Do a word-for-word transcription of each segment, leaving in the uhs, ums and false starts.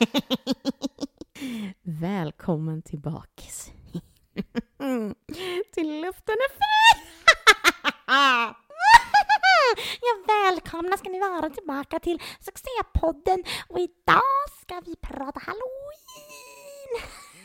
Välkommen tillbaks. Till luften är fri. Ja, välkomna ska ni vara tillbaka till succépodden. Och idag ska vi prata Halloween.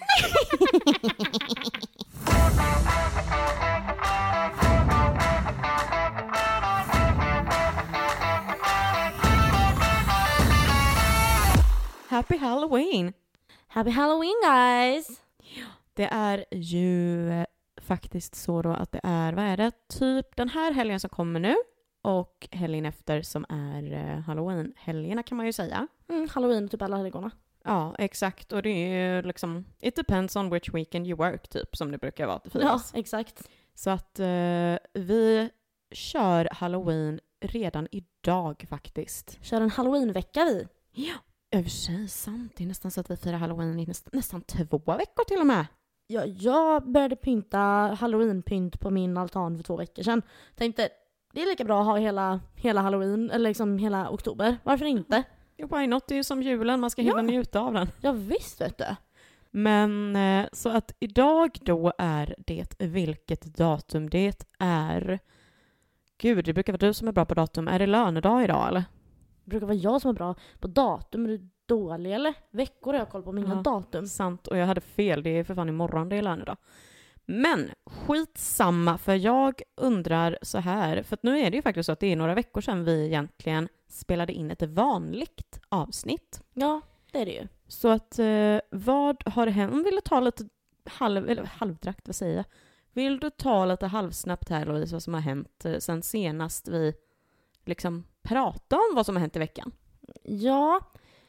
Happy Halloween. Happy Halloween, guys. Det är ju faktiskt så då att det är, vad är det? Typ den här helgen som kommer nu och helgen efter som är Halloween-helgerna kan man ju säga. Mm, Halloween, typ alla helgerna. Ja, exakt. Och det är ju liksom, it depends on which weekend you work typ, som det brukar vara att det firas. Ja, exakt. Så att eh, vi kör Halloween redan idag faktiskt. Kör en Halloween-vecka vi. Ja, över sig sant. Det är nästan så att vi firar Halloween i nästan, nästan två veckor till och med. Ja, jag började pynta Halloween-pynt på min altan för två veckor sedan. Tänkte, det är lika bra att ha hela, hela Halloween, eller liksom hela oktober. Varför inte? Ja, why not? Det är ju som julen, man ska hinna Ja. njuta av den. Ja, visst vet du. Men eh, så att idag då är det vilket datum det är. Gud, det brukar vara du som är bra på datum. Är det lönedag idag eller? Det brukar vara jag som är bra på datum. Är du dålig eller? Veckor har jag koll på mina Ja, datum. Sant, och jag hade fel. Det är för fan imorgon det är lönedag. Men skitsamma, för jag undrar så här. För att nu är det ju faktiskt så att det är några veckor sedan vi egentligen spelade in ett vanligt avsnitt. Ja, det är det ju. Så att eh, vad har hänt? Vill du ta lite halv, eller halvdrakt, vad säger jag? Vill du ta lite halvsnabbt här, Louise, vad som har hänt eh, sen senast vi liksom pratade om vad som har hänt i veckan? Ja,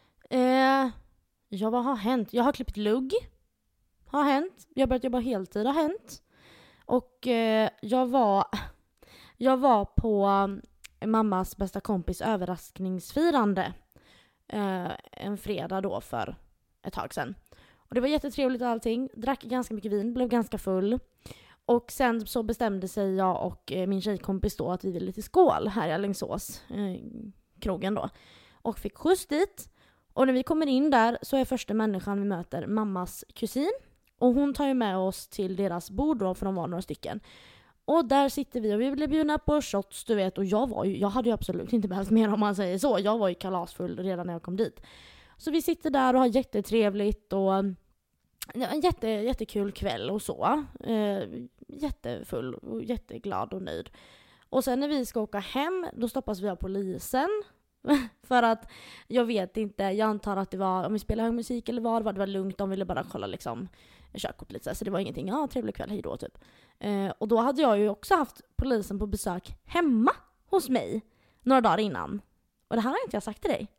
eh, ja, vad har hänt? Jag har klippt lugg. Har hänt. Jag har börjat jobba heltid. Har hänt. Och eh, jag var jag var på mammas bästa kompis överraskningsfirande eh, en fredag då för ett tag sedan. Och det var jättetrevligt och allting. Drack ganska mycket vin, blev ganska full. Och sen så bestämde sig jag och eh, min tjejkompis då att vi ville till Skål här i Alingsås, eh, krogen då. Och fick skjuts dit. Och när vi kommer in där så är första människan vi möter mammas kusin. Och hon tar ju med oss till deras bord då, för de var några stycken. Och där sitter vi och vi blev bjudna på shots, du vet. Och jag var ju, jag hade ju absolut inte behövt mer om man säger så. Jag var ju kalasfull redan när jag kom dit. Så vi sitter där och har jättetrevligt och ja, en jätte, jättekul kväll och så. Eh, jättefull och jätteglad och nöjd. Och sen när vi ska åka hem, då stoppas vi av polisen. För att jag vet inte, jag antar att det var om vi spelar hög musik eller vad, det var lugnt, de ville bara kolla liksom körkort lite så det var ingenting, ja trevlig kväll, hej då typ. Eh, och då hade jag ju också haft polisen på besök hemma hos mig några dagar innan. Och det här har inte jag sagt till dig.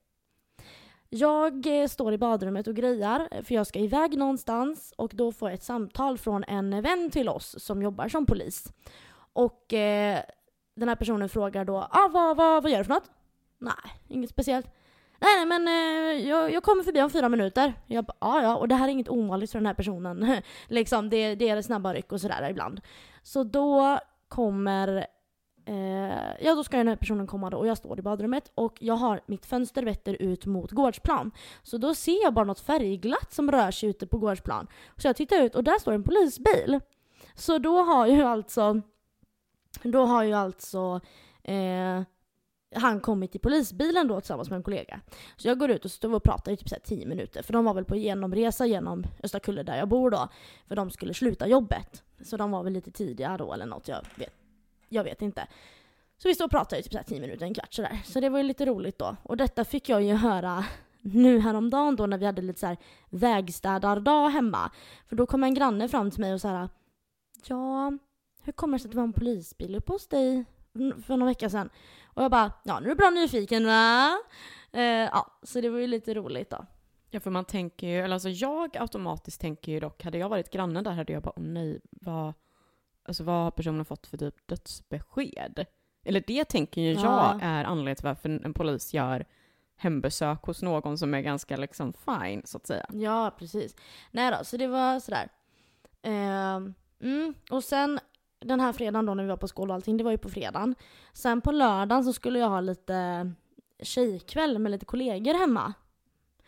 Jag eh, står i badrummet och grejar för jag ska iväg någonstans och då får jag ett samtal från en vän till oss som jobbar som polis. Och eh, den här personen frågar då, ah, vad, vad, vad gör du för något? Nej, inget speciellt. Nej, men eh, jag, jag kommer förbi om fyra minuter. Jag bara, ja, ja. Och det här är inget ovanligt för den här personen. liksom, det, det är snabba ryck och sådär ibland. Så då kommer... Eh, ja, då ska den här personen komma då. Och jag står i badrummet. Och jag har mitt fönster vetter ut mot gårdsplan. Så då ser jag bara något färgglatt som rör sig ute på gårdsplan. Så jag tittar ut och där står en polisbil. Så då har ju alltså... Då har ju alltså... Eh, han kommit i polisbilen då tillsammans med en kollega. Så jag går ut och står och pratar i typ så här tio minuter. För de var väl på genomresa genom Östakulle där jag bor då. För de skulle sluta jobbet. Så de var väl lite tidiga då eller något. Jag vet, jag vet inte. Så vi står och pratar i typ så här tio minuter, en kvart sådär. Så det var ju lite roligt då. Och detta fick jag ju höra nu häromdagen då när vi hade lite så här vägstädardag hemma. För då kom en granne fram till mig och så här: ja, hur kommer det sig att det var en polisbil uppe hos dig för några veckor sedan? Och jag bara, ja, nu är du bra nyfiken va? Eh, ja, så det var ju lite roligt då. Ja, för man tänker ju, eller alltså jag automatiskt tänker ju dock, hade jag varit grannen där hade jag bara, åh nej, vad, alltså vad har personen fått för typ dödsbesked? Eller det tänker ju Ja. jag är anledningen till varför en polis gör hembesök hos någon som är ganska liksom fine, så att säga. Ja, precis. Nej då, så det var sådär. Eh, mm, och sen den här fredagen då när vi var på Skål och allting, det var ju på fredagen. Sen på lördagen så skulle jag ha lite tjejkväll med lite kollegor hemma.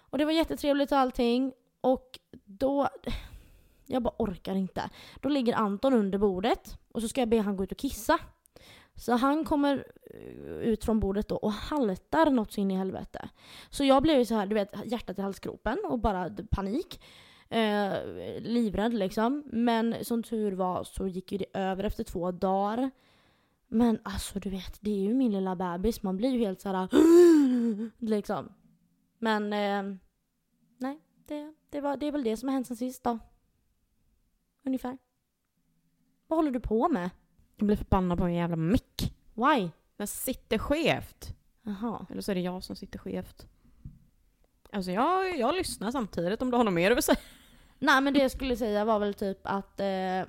Och det var jättetrevligt och allting. Och då... Jag bara orkar inte. Då ligger Anton under bordet. Och så ska jag be han gå ut och kissa. Så han kommer ut från bordet då och haltar något så in i helvete. Så jag blev ju så här, du vet, hjärtat i halsgropen och bara panik. Eh, livrädd liksom. Men som tur var så gick ju det över efter två dagar. Men alltså du vet, det är ju min lilla bebis. Man blir ju helt så här liksom. Men eh, nej, det, det, var, det är väl det som har hänt sen sist då. Ungefär. Vad håller du på med? Jag blir förbannad på en jävla mick. Why? Den sitter skevt. Jaha. Eller så är det jag som sitter skevt. Alltså jag, jag lyssnar samtidigt om du har något mer att säga. Nej, men det jag skulle säga var väl typ att... Eh,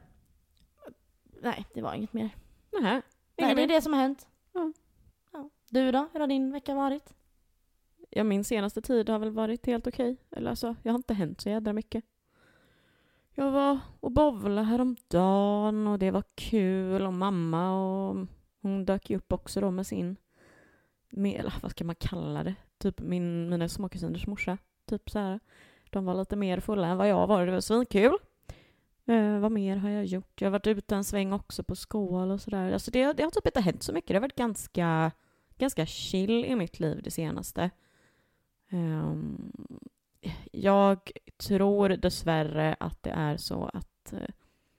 nej, det var inget mer. Nähä. Nej, det är det som har hänt. Ja. Ja. Du då? Hur har din vecka varit? Ja, min senaste tid har väl varit helt okej. Eller alltså, jag har inte hänt så jädra mycket. Jag var och bowlade häromdagen och det var kul. Och mamma och hon dök ju upp också då med sin... Med, eller vad ska man kalla det? Typ min, mina småkusiners morsa. Typ så här. De var lite mer fulla än vad jag var. Det var svinkul. Eh, vad mer har jag gjort? Jag har varit ute en sväng också på skål och sådär. Alltså det, det har typ inte hänt så mycket. Det har varit ganska, ganska chill i mitt liv det senaste. Um, jag tror dessvärre att det är så att uh,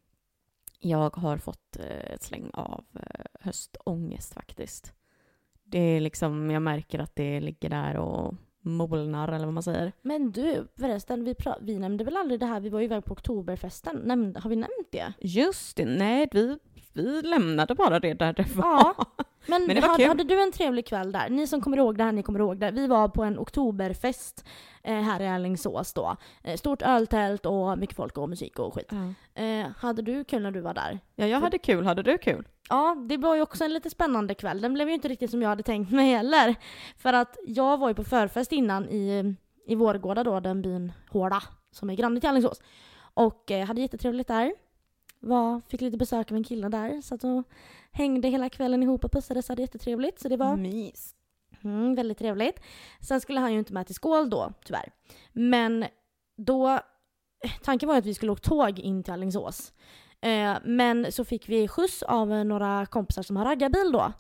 jag har fått uh, ett släng av uh, höstångest faktiskt. Det är liksom, jag märker att det ligger där och molnar eller vad man säger. Men du, förresten, vi, pra- vi nämnde väl aldrig det här, vi var ju iväg på oktoberfesten. Nämnde, har vi nämnt det? Just det, nej, vi, vi lämnade bara det där det var. Ja, men, Men det var hade, kul. hade du en trevlig kväll där? Ni som kommer ihåg det här, ni kommer ihåg det. Vi var på en oktoberfest eh, här i Alingsås då. Eh, stort öltält och mycket folk och musik och skit. Ja. Eh, hade du kul när du var där? Ja, jag hade kul. Hade du kul? Ja, det var ju också en lite spännande kväll. Den blev ju inte riktigt som jag hade tänkt mig heller. För att jag var ju på förfest innan i, i Vårgårda då, den byn Hårda, som är granne till Alingsås. Och eh, hade jättetrevligt där. Var, fick lite besök av en kille där. Så att och hängde hela kvällen ihop och pussades. Hade jättetrevligt. Så det var Mys. mm, väldigt trevligt. Sen skulle han ju inte med till Skål då, tyvärr. Men då... Tanken var att vi skulle åka tåg in till Alingsås. Eh, men så fick vi skjuts av eh, några kompisar som har raggarbil då.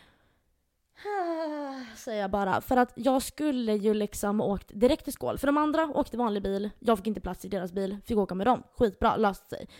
Säger jag bara. För att jag skulle ju liksom åkt direkt till Skål. För de andra åkte vanlig bil. Jag fick inte plats i deras bil. Fick åka med dem. Skitbra, löste sig.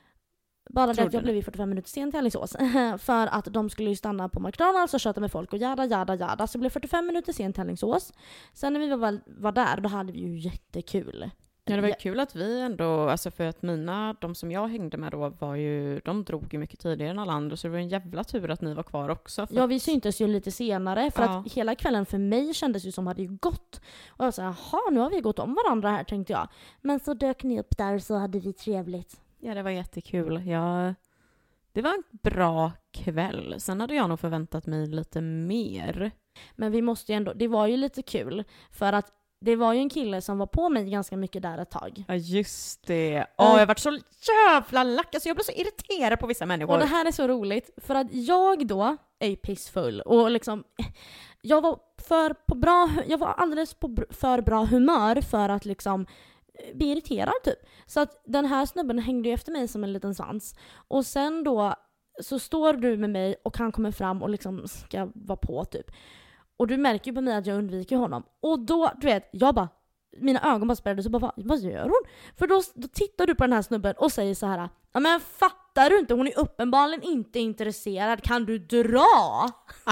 Bara det att jag blev ju fyrtiofem minuter sent till Alingsås. För att de skulle ju stanna på McDonalds och köta med folk och jada, jada, jada. Så det blev fyrtiofem minuter sent till Alingsås. Sen när vi var, var där, då hade vi ju jättekul. Ja, det var ju kul att vi ändå, alltså för att mina, de som jag hängde med då var ju, de drog ju mycket tidigare än alla andra, så det var en jävla tur att ni var kvar också. För ja, vi syntes ju lite senare, för ja. att hela kvällen för mig kändes ju som hade ju gått. Och jag sa, jaha, nu har vi gått om varandra här, tänkte jag. Men så dök ni upp där så hade vi trevligt. Ja, det var jättekul. Jag, det var en bra kväll. Sen hade jag nog förväntat mig lite mer. Men vi måste ju ändå, det var ju lite kul, för att det var ju en kille som var på mig ganska mycket där ett tag. Ja, just det. Åh, jag har varit så jävla lack. Alltså jag blir så irriterad på vissa människor. Och det här är så roligt, för att jag då är pissfull. Och liksom, jag var, för på bra, jag var alldeles på för bra humör för att liksom bli irriterad typ. Så att den här snubben hängde ju efter mig som en liten svans. Och sen då så står du med mig och han kommer fram och liksom ska vara på typ. Och du märker ju på mig att jag undviker honom. Och då, du vet, jag bara, mina ögon bara spärrade så bara, vad gör hon? För då, då tittar du på den här snubben och säger så här: ja men fattar du inte, hon är uppenbarligen inte intresserad, kan du dra?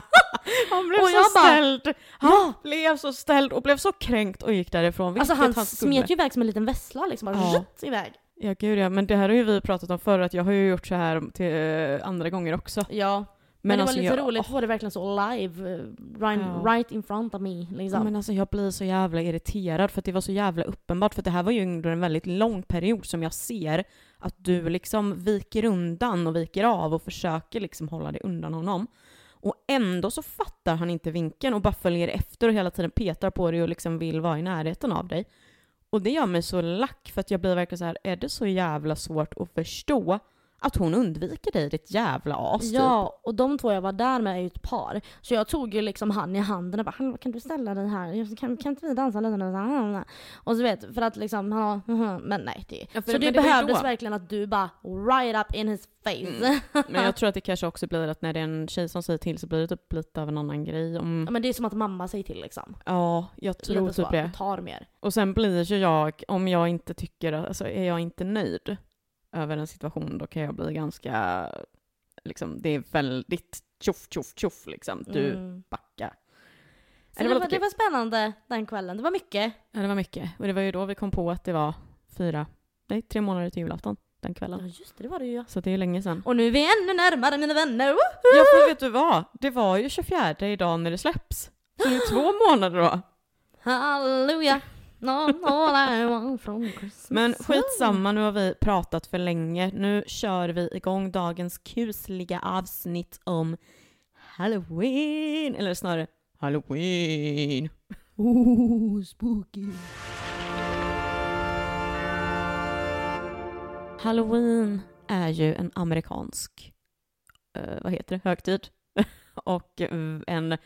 Han blev och så jag ställd. Bara, han ja. blev så ställd och blev så kränkt och gick därifrån. Alltså han, han smet ju iväg som en liten vessla liksom, bara ja. Rutt iväg. Ja gud ja, men det här har ju vi pratat om förr, att jag har ju gjort så här till uh, andra gånger också. Ja. Men, men det alltså var lite jag, roligt, oh. var det verkligen så live, uh, right, ja. right in front of me. Liksom. Ja, men alltså jag blir så jävla irriterad för att det var så jävla uppenbart. För att det här var ju under en väldigt lång period som jag ser att du liksom viker undan och viker av och försöker liksom hålla dig undan honom. Och ändå så fattar han inte vinkeln och bara följer efter och hela tiden petar på dig och liksom vill vara i närheten av dig. Och det gör mig så lack för att jag blir verkligen så här, är det så jävla svårt att förstå att hon undviker dig, ditt jävla as typ. Ja, och de två jag var där med är ju ett par. Så jag tog ju liksom han i handen och bara, "Hallå, kan du ställa dig här? Kan, kan inte vi dansa lite nu?" Och så vet, för att liksom, ha, men nej. Det. Ja, för, så det, det behövdes verkligen att du bara, right up in his face. Mm. Men jag tror att det kanske också blir att när det är en tjej som säger till så blir det typ lite av en annan grej. Om... Ja, men det är som att mamma säger till liksom. Ja, jag tror lite typ så, det. det tar mer. Och sen blir ju jag, om jag inte tycker, alltså är jag inte nöjd över en situation, då kan jag bli ganska, liksom, det är väldigt tjoff, tjoff, tjoff liksom. Du Mm. backar. Så det, var, det var spännande den kvällen. Det var mycket. Ja, det var mycket. Och det var ju då vi kom på att det var fyra, nej, tre månader till julafton den kvällen. Ja just det, det var det ju. Så det är länge sedan. Och nu är vi ännu närmare mina vänner. Woho! Ja, för vet du vad? Det var ju tjugofjärde idag när det släpps. Så det är två månader då. Halleluja. No, all I want from Christmas. Men skitsamma, nu har vi pratat för länge. Nu kör vi igång dagens kusliga avsnitt om Halloween. Eller snarare Halloween. Oh, spooky. Halloween är ju en amerikansk, eh, vad heter det, högtid. Och en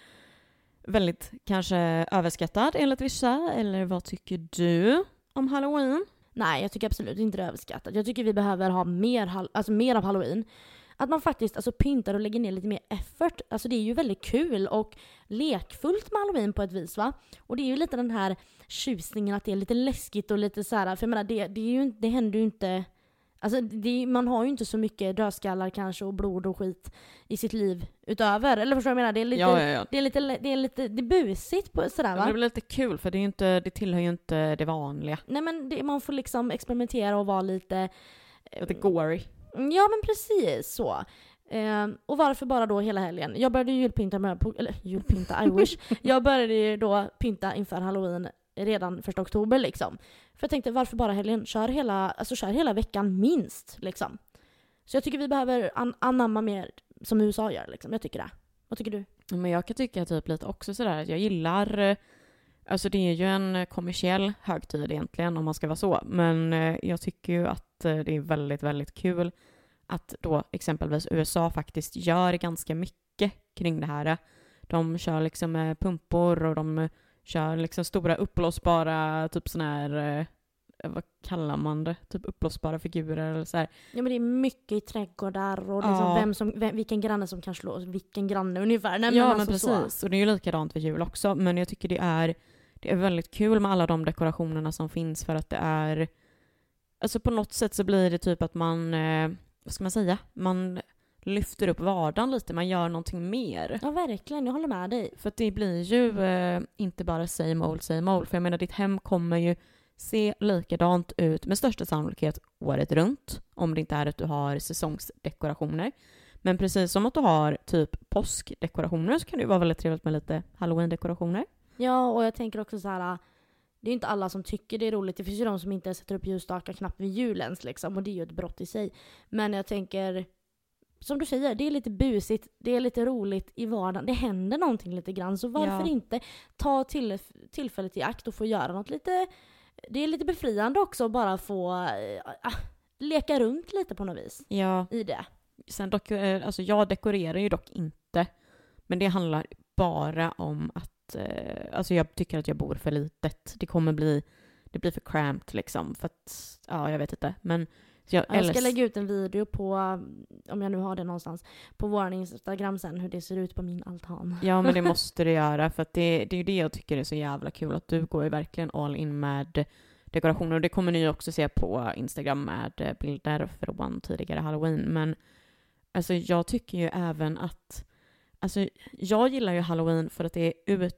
väldigt kanske överskattad enligt vissa. Eller vad tycker du om Halloween? Nej, jag tycker absolut inte det är överskattat. Jag tycker vi behöver ha mer, hall- alltså mer av Halloween. Att man faktiskt alltså, pyntar och lägger ner lite mer effort. Alltså det är ju väldigt kul och lekfullt med Halloween på ett vis, va? Och det är ju lite den här tjusningen att det är lite läskigt och lite så här. För jag menar, det, det, är ju, det händer ju inte... Alltså det, man har ju inte så mycket dödskallar kanske och blod och skit i sitt liv utöver. Eller förstår du vad jag menar? Det är lite, Ja, ja, ja. Det är lite, det är lite det är busigt på sådär, va? Det blir lite kul för det, är ju inte, det tillhör ju inte det vanliga. Nej, men det, man får liksom experimentera och vara lite... Lite gory. Ja, men precis så. Eh, och varför bara då hela helgen? Jag började ju julpynta med... På, eller julpynta, I wish. Jag började ju då pynta inför Halloween redan första oktober liksom. För jag tänkte, varför bara helgen? Kör hela, alltså kör hela veckan minst liksom. Så jag tycker vi behöver an- anamma mer som U S A gör liksom. Jag tycker det. Vad tycker du? Men jag kan tycka typ lite också sådär att jag gillar, eh, alltså det är ju en kommersiell högtid egentligen om man ska vara så, men eh, jag tycker ju att eh, det är väldigt, väldigt kul att då exempelvis U S A faktiskt gör ganska mycket kring det här. De kör liksom med pumpor och de kör liksom stora uppblåsbara typ sån här, eh, vad kallar man det? Typ uppblåsbara figurer eller så här. Ja, men det är mycket i trädgårdar och liksom Ja. vem som, vem, vilken granne som kan slå vilken granne ungefär. Nej, Ja, men men alltså precis. så. Och det är ju likadant vid jul också. Men jag tycker det är, det är väldigt kul med alla de dekorationerna som finns för att det är... Alltså på något sätt så blir det typ att man... Eh, vad ska man säga? Man lyfter upp vardagen lite. Man gör någonting mer. Ja, verkligen. Jag håller med dig. För att det blir ju eh, inte bara same old, same old. För jag menar, ditt hem kommer ju se likadant ut med största sannolikhet året runt. Om det inte är att du har säsongsdekorationer. Men precis som att du har typ påskdekorationer så kan det ju vara väldigt trevligt med lite halloween-dekorationer. Ja, och jag tänker också så här. Det är inte alla som tycker det är roligt. Det finns ju de som inte sätter upp ljusstakar knappt vid julens liksom. Och det är ju ett brott i sig. Men jag tänker, som du säger, det är lite busigt. Det är lite roligt i vardagen. Det händer någonting lite grann. Så varför Ja. inte ta till, tillfället i akt och få göra något lite... Det är lite befriande också att bara få äh, leka runt lite på något vis Ja, i det. sen dock, eh, alltså jag dekorerar ju dock inte. Men det handlar bara om att eh, alltså jag tycker att jag bor för litet. Det kommer bli, det blir för cramped liksom. För att, ja jag vet inte. Men så jag, Ja, jag ska eller- lägga ut en video på, om jag nu har det någonstans, på vår Instagram sen hur det ser ut på min altan. Ja, men det måste du göra. För att det, det är ju det jag tycker är så jävla kul. Att du går ju verkligen all in med dekorationer. Och det kommer ni ju också se på Instagram med bilder från tidigare Halloween. Men alltså, jag tycker ju även att... Alltså, jag gillar ju Halloween för att det är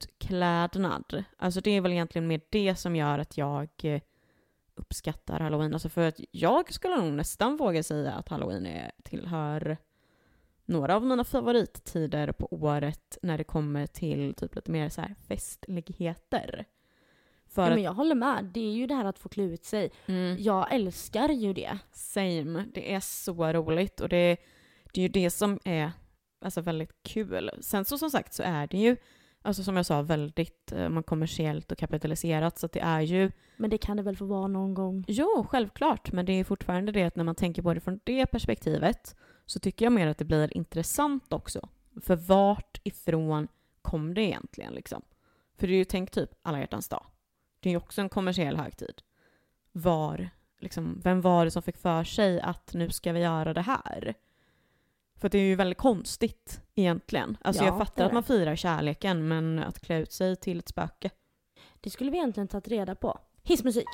utklädnad. Alltså det är väl egentligen mer det som gör att jag eh, uppskattar Halloween. Alltså för att jag skulle nog nästan våga säga att Halloween är, tillhör några av mina favorittider på året när det kommer till typ lite mer så här festligheter. För Ja, att, men jag håller med. Det är ju det här att få klä ut sig. mm, Jag älskar ju det. same. Det är så roligt och det, det är ju det som är alltså väldigt kul. Sen så som sagt så är det ju alltså som jag sa, väldigt eh, man kommersiellt och kapitaliserat. Så att det är ju... Men det kan det väl få vara någon gång? Jo, självklart. Men det är fortfarande det att när man tänker på det från det perspektivet så tycker jag mer att det blir intressant också. För vart ifrån kom det egentligen liksom? För det är ju tänk typ alla hjärtans dag. Det är ju också en kommersiell högtid. Var, liksom, vem var det som fick för sig att nu ska vi göra det här? För det är ju väldigt konstigt egentligen. Alltså Ja, jag fattar det är att man firar kärleken, men att klä ut sig till ett spöke. Det skulle vi egentligen tagit reda på. Hissmusik.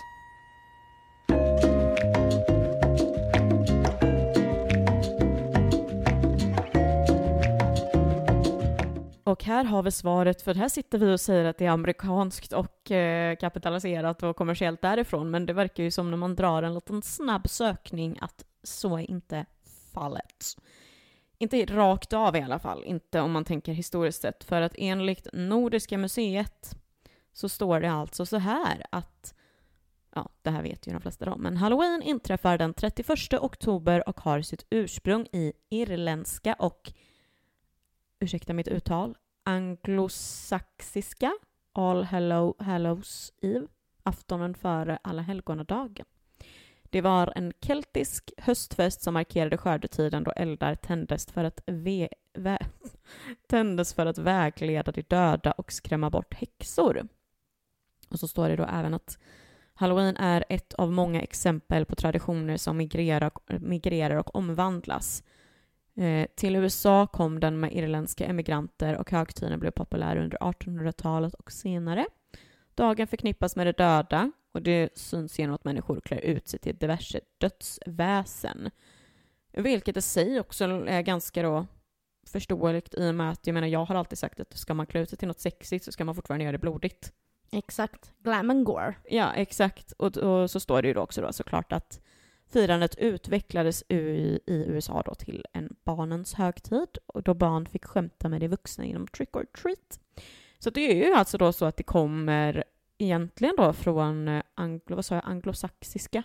Och här har vi svaret, för här sitter vi och säger att det är amerikanskt och eh, kapitaliserat och kommersiellt därifrån. Men det verkar ju som när man drar en liten snabb sökning att så är inte fallet. Inte rakt av i alla fall, inte om man tänker historiskt sett. För att enligt Nordiska museet så står det alltså så här att, ja, det här vet ju de flesta om, men Halloween inträffar den trettioförsta oktober och har sitt ursprung i irländska och, ursäkta mitt uttal, anglosaxiska All Hallow, Hallows Eve, aftonen före alla helgonadagen. Det var en keltisk höstfest som markerade skördetiden då eldar tändes för att, ve, vä, tändes för att vägleda de döda och skrämma bort häxor. Och så står det då även att Halloween är ett av många exempel på traditioner som migrerar, migrerar och omvandlas. Eh, till U S A kom den med irländska emigranter och högtiden blev populär under artonhundratalet och senare. Dagen förknippas med de döda och det syns genom att människor klär ut sig till diverse dödsväsen. Vilket i sig också är ganska då förståeligt i och med att jag menar jag har alltid sagt att ska man klä ut sig till något sexigt så ska man fortfarande göra det blodigt. Exakt. Glam and gore. Ja, exakt. Och, och så står det ju då också då såklart att firandet utvecklades i, i U S A då till en barnens högtid och då barn fick skämta med de vuxna genom trick or treat. Så det är ju alltså då så att det kommer egentligen då från anglo, vad sa jag, anglosaxiska.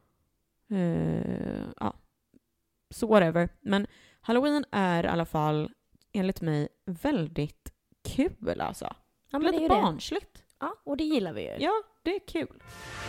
Uh, ja, så whatever. Men Halloween är i alla fall enligt mig väldigt kul alltså. Ja, men lite det är ju barnsligt. Det. Ja, och det gillar vi ju. Ja, det är kul.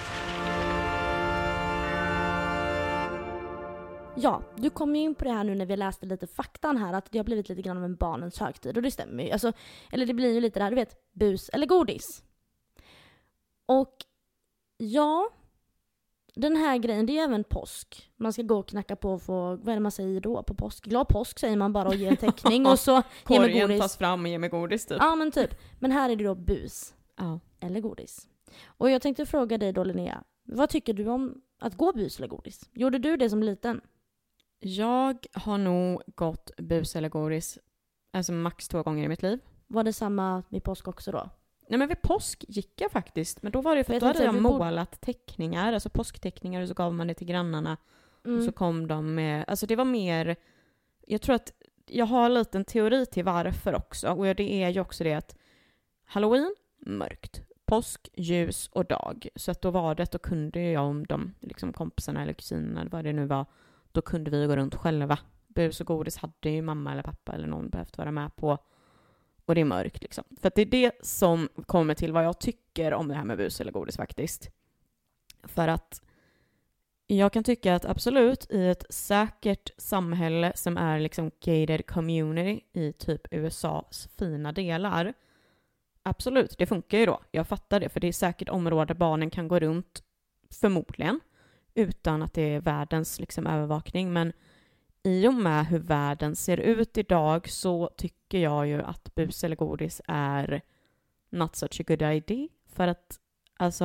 Ja, du kom ju in på det här nu när vi läste lite faktan här att det har blivit lite grann av en barnens högtid och det stämmer ju. Alltså, eller det blir ju lite det här, du vet, bus eller godis. Och ja, den här grejen, det är även påsk. Man ska gå och knacka på och få, vad är det man säger då på påsk? Glad påsk säger man bara och ger en teckning och så ger mig godis. Tas fram och ger mig godis typ. Ja, men typ. Men här är det då bus. Ja. Eller godis. Och jag tänkte fråga dig då, Linnea. Vad tycker du om att gå bus eller godis? Gjorde du det som liten? Jag har nog gått bus eller godis alltså max två gånger i mitt liv. Var det samma vid påsk också då? Nej, men vid påsk gick jag faktiskt. Men då var det för att då hade jag målat teckningar, alltså påskteckningar, och så gav man det till grannarna. Mm. Och så kom de med, alltså det var mer, jag tror att jag har en liten teori till varför också. Och det är ju också det att Halloween, mörkt. Påsk, ljus och dag. Så att då var det, då kunde jag om de liksom kompisarna eller kusinerna, vad det nu var, då kunde vi gå runt själva. Bus och godis hade ju mamma eller pappa eller någon behövt vara med på. Och det är mörkt liksom. För att det är det som kommer till vad jag tycker om det här med bus eller godis faktiskt. För att jag kan tycka att absolut i ett säkert samhälle som är liksom gated community i typ U S A:s fina delar. Absolut, det funkar ju då. Jag fattar det, för det är säkert områden där barnen kan gå runt förmodligen utan att det är världens liksom övervakning. Men i och med hur världen ser ut idag så tycker jag ju att bus eller godis är not such a good idea. För att alltså,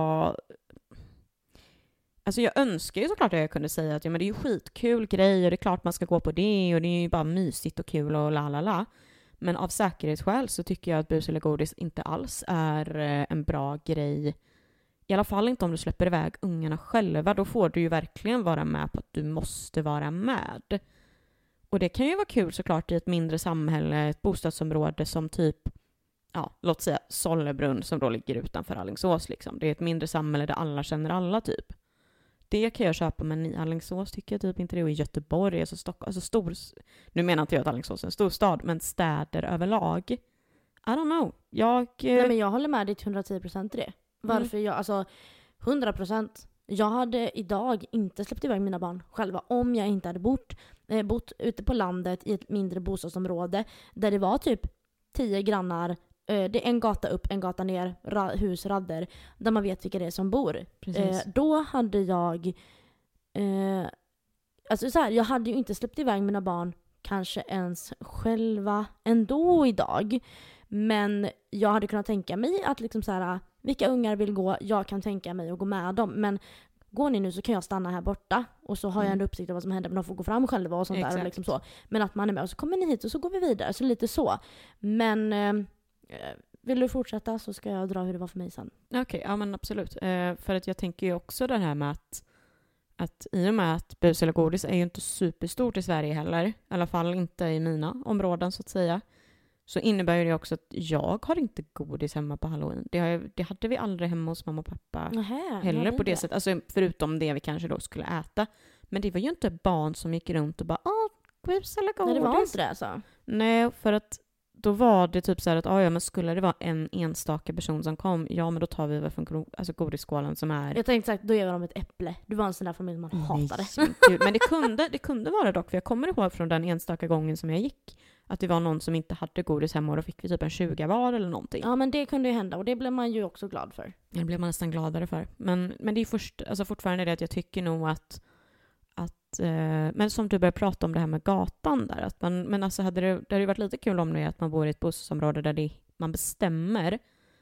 alltså jag önskar ju såklart att jag kunde säga att ja, men det är ju skitkul grej och det är klart man ska gå på det och det är ju bara mysigt och kul och la la la. Men av säkerhetsskäl så tycker jag att bus eller godis inte alls är en bra grej. I alla fall inte om du släpper iväg ungarna själva. Då får du ju verkligen vara med på att du måste vara med. Och det kan ju vara kul såklart i ett mindre samhälle, ett bostadsområde som typ, ja, låt säga Sollebrunn som då ligger utanför Alingsås liksom. Det är ett mindre samhälle där alla känner alla typ. Det kan jag köpa, men i Alingsås tycker jag typ inte det. Och i Göteborg, alltså Stockholm, alltså stor, nu menar inte jag att Alingsås är en stor stad, men städer överlag. I don't know. Jag... eh, Nej, men jag håller med dig till hundratio procent i det. Varför jag, alltså hundra procent. Jag hade idag inte släppt iväg mina barn själva om jag inte hade bott, eh, bott ute på landet i ett mindre bostadsområde där det var typ tio grannar. Eh, det är en gata upp, en gata ner, ra- husradder där man vet vilka det är som bor. Precis. Eh, då hade jag eh, alltså så här, jag hade ju inte släppt iväg mina barn kanske ens själva ändå idag. Men jag hade kunnat tänka mig att liksom så här, vilka ungar vill gå, jag kan tänka mig att gå med dem. Men går ni nu så kan jag stanna här borta. Och så har jag Mm. ändå uppsikt av vad som händer. Men de får gå fram själva och sånt där. Och Exakt. liksom så. Men att man är med och så kommer ni hit och så går vi vidare. Så lite så. Men eh, vill du fortsätta så ska jag dra hur det var för mig sen. Okej, ja men absolut. Eh, för att jag tänker ju också det här med att, att i och med att bus eller godis är ju inte superstort i Sverige heller, i alla fall inte i mina områden så att säga, så innebär ju det också att jag har inte godis hemma på Halloween. Det, har jag, det hade vi aldrig hemma hos mamma och pappa Nähä, heller jag på det vet sättet. Alltså förutom det vi kanske då skulle äta. Men det var ju inte barn som gick runt och bara åh, bus eller godis. Nej, det var inte det alltså. Nej, för att då var det typ så här att ah, ja, men skulle det vara en enstaka person som kom, ja men då tar vi väl från gro- alltså godisskålen som är... Jag tänkte sagt, då ger vi dem ett äpple. Du var en sån där familj man hatade. Nej, gud. Men det kunde, det kunde vara dock, för jag kommer ihåg från den enstaka gången som jag gick, att det var någon som inte hade godis hemma och då fick vi typ en tjugo var eller någonting. Ja, men det kunde ju hända och det blev man ju också glad för. Det blev man nästan gladare för. Men, men det är först, alltså fortfarande det att jag tycker nog att, att eh, men som du började prata om det här med gatan där, att man, men alltså hade det, det hade ju varit lite kul om det är att man bor i ett bostadsområde där det, man bestämmer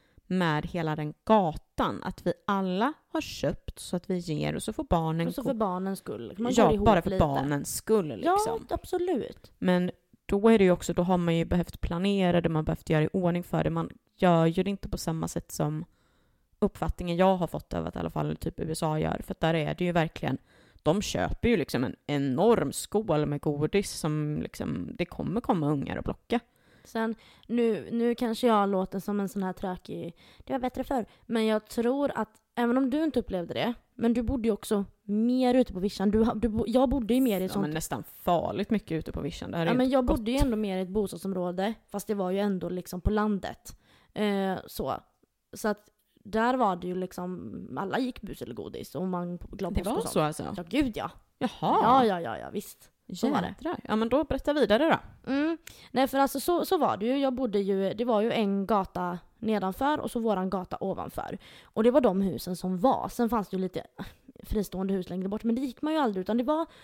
med hela den gatan att vi alla har köpt så att vi ger och så får barnen Och så gå- för barnens skull. Man går ja, ihop bara för lite. barnens skull liksom. Ja, absolut. Men då är det ju också, då har man ju behövt planera det, man har behövt göra i ordning för det. Man gör ju det inte på samma sätt som uppfattningen jag har fått av att i alla fall typ U S A gör. För där är det ju verkligen, de köper ju liksom en enorm skål med godis som liksom, det kommer komma ungar och plocka. Sen, nu, nu kanske jag låter som en sån här tråkig, det var bättre förr. Men jag tror att, även om du inte upplevde det, men du bodde ju också mer ute på vischan. Du, du, bo- jag bodde ju mer i ett Ja, sånt... men nästan farligt mycket ute på vischan. Det här är Ja, ju men inte jag gott. bodde ju ändå mer i ett bostadsområde, fast det var ju ändå liksom på landet. Eh, så. Så att där var det ju liksom, alla gick bus eller godis och man glad Det påsk och var sånt. så alltså? Ja, gud ja. Jaha. Ja, ja, ja, ja, visst. Så var det. Jädrar. Ja, men då berätta vidare då. Mm. Nej, för alltså så, så var det ju. Jag bodde ju, det var ju en gata nedanför och så våran gata ovanför. Och det var de husen som var. Sen fanns det ju lite fristående hus längre bort, men det gick man ju aldrig, utan det var,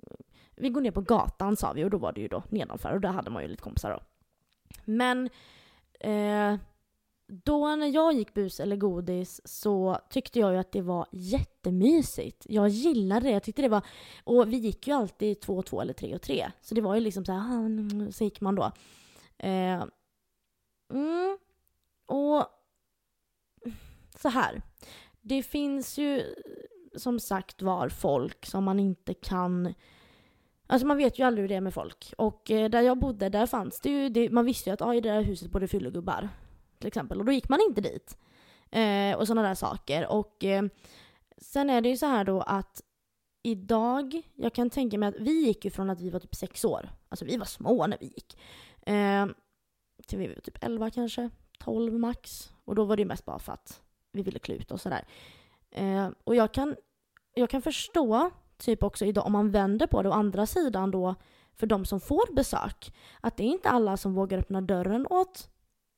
vi går ner på gatan sa vi, och då var det ju då nedanför och där hade man ju lite kompisar då. Men eh, då när jag gick bus eller godis så tyckte jag ju att det var jättemysigt. Jag gillade det. Jag tyckte det var, och vi gick ju alltid två och två eller tre och tre. Så det var ju liksom så här, så gick man då. Eh, mm, och så här. Det finns ju som sagt var folk som man inte kan... Alltså man vet ju aldrig hur det är med folk. Och eh, där jag bodde, där fanns det ju... Det, man visste ju att ah, i det där huset bodde fyllegubbar. Till exempel. Och då gick man inte dit. Eh, och sådana där saker. Och eh, sen är det ju så här då att idag... Jag kan tänka mig att vi gick ju från att vi var typ sex år. Alltså vi var små när vi gick. Eh, till vi var typ elva kanske. tolv max. Och då var det ju mest bara för att vi ville klä ut och sådär. Eh, och jag kan, jag kan förstå typ också idag om man vänder på det, å andra sidan då för de som får besök, att det är inte alla som vågar öppna dörren åt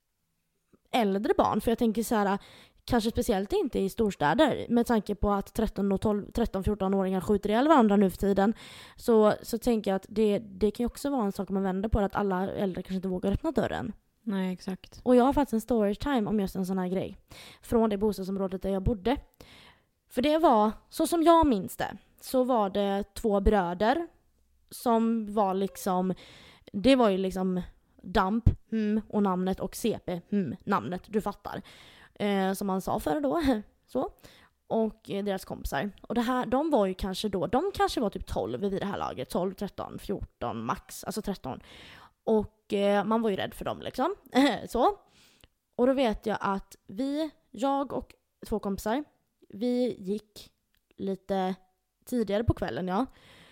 äldre barn. För jag tänker så här, kanske speciellt inte i storstäder, med tanke på att tretton och tolv, tretton fjorton-åringar skjuter ihjäl varandra nu för tiden, så, så tänker jag att det, det kan ju också vara en sak om man vänder på det, att alla äldre kanske inte vågar öppna dörren. Nej, exakt. Och jag har faktiskt en story time om just en sån här grej. Från det bostadsområdet där jag bodde. För det var, så som jag minns det, så var det två bröder som var liksom, det var ju liksom DAMP, mm, och namnet, och C P, mm, namnet, du fattar. Eh, som man sa förr då. Så. Och eh, deras kompisar. Och det här, de var ju kanske då, de kanske var typ tolv vid det här laget. tolv, tretton, fjorton max, alltså tretton. Och eh, man var ju rädd för dem liksom. Så. Och då vet jag att vi, jag och två kompisar, vi gick lite tidigare på kvällen, ja.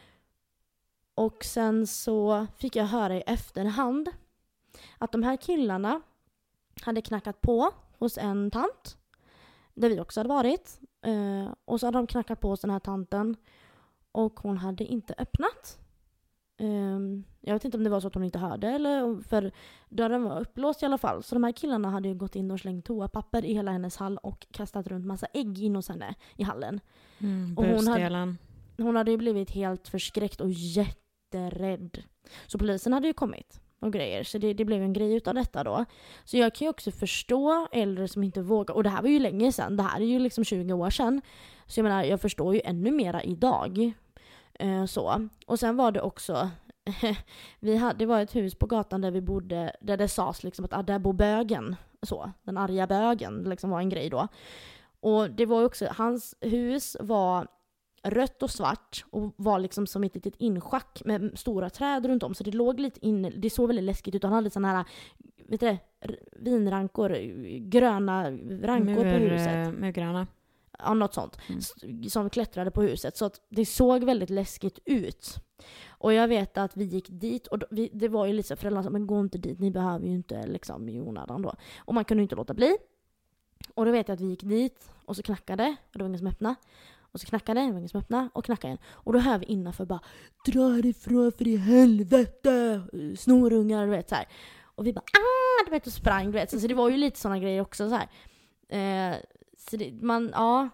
Och sen så fick jag höra i efterhand att de här killarna hade knackat på hos en tant. Där vi också hade varit. Eh, och så hade de knackat på hos den här tanten. Och hon hade inte öppnat. Um, jag vet inte om det var så att hon inte hörde. Eller för dörren var upplåst i alla fall. Så de här killarna hade ju gått in och slängt toapapper i hela hennes hall. Och kastat runt massa ägg in hos henne i hallen. Mm, och hon hade, busdelen. hon hade ju blivit helt förskräckt och jätterädd. Så polisen hade ju kommit. Och grejer. Så det, det blev en grej utav detta då. Så jag kan ju också förstå äldre som inte vågar. Och det här var ju länge sedan. Det här är ju liksom tjugo år sedan. Så jag menar, jag förstår ju ännu mera idag. Eh, så. Och sen var det också. vi hade, det var ett hus på gatan där vi bodde. Där det sades liksom att ah, där bor bögen. Så. Den arga bögen liksom var en grej då. Och det var ju också. Hans hus var rött och svart och var liksom som ett litet inschack med stora träd runt om, så det låg lite inne, det såg väldigt läskigt ut. Han hade såna här, vet du det, vinrankor, gröna rankor Mur, på huset. Murgröna. Ja, något sånt. Mm. Som klättrade på huset, så att det såg väldigt läskigt ut. Och jag vet att vi gick dit och då, vi, det var ju lite så, föräldrarna sa, men gå inte dit, ni behöver ju inte liksom i onödan då. Och man kunde ju inte låta bli. Och då vet jag att vi gick dit och så knackade och det var ingen som öppnade. Och så knackade det, ingen som öppnade och knackade igen. Och då hör vi innanför bara, dra härifrån för i helvete, snorungar, du vet så här. Och vi bara, ah, du vet, och sprang, du vet. Så, så det var ju lite såna grejer också så här. Eh, så det, man, ja.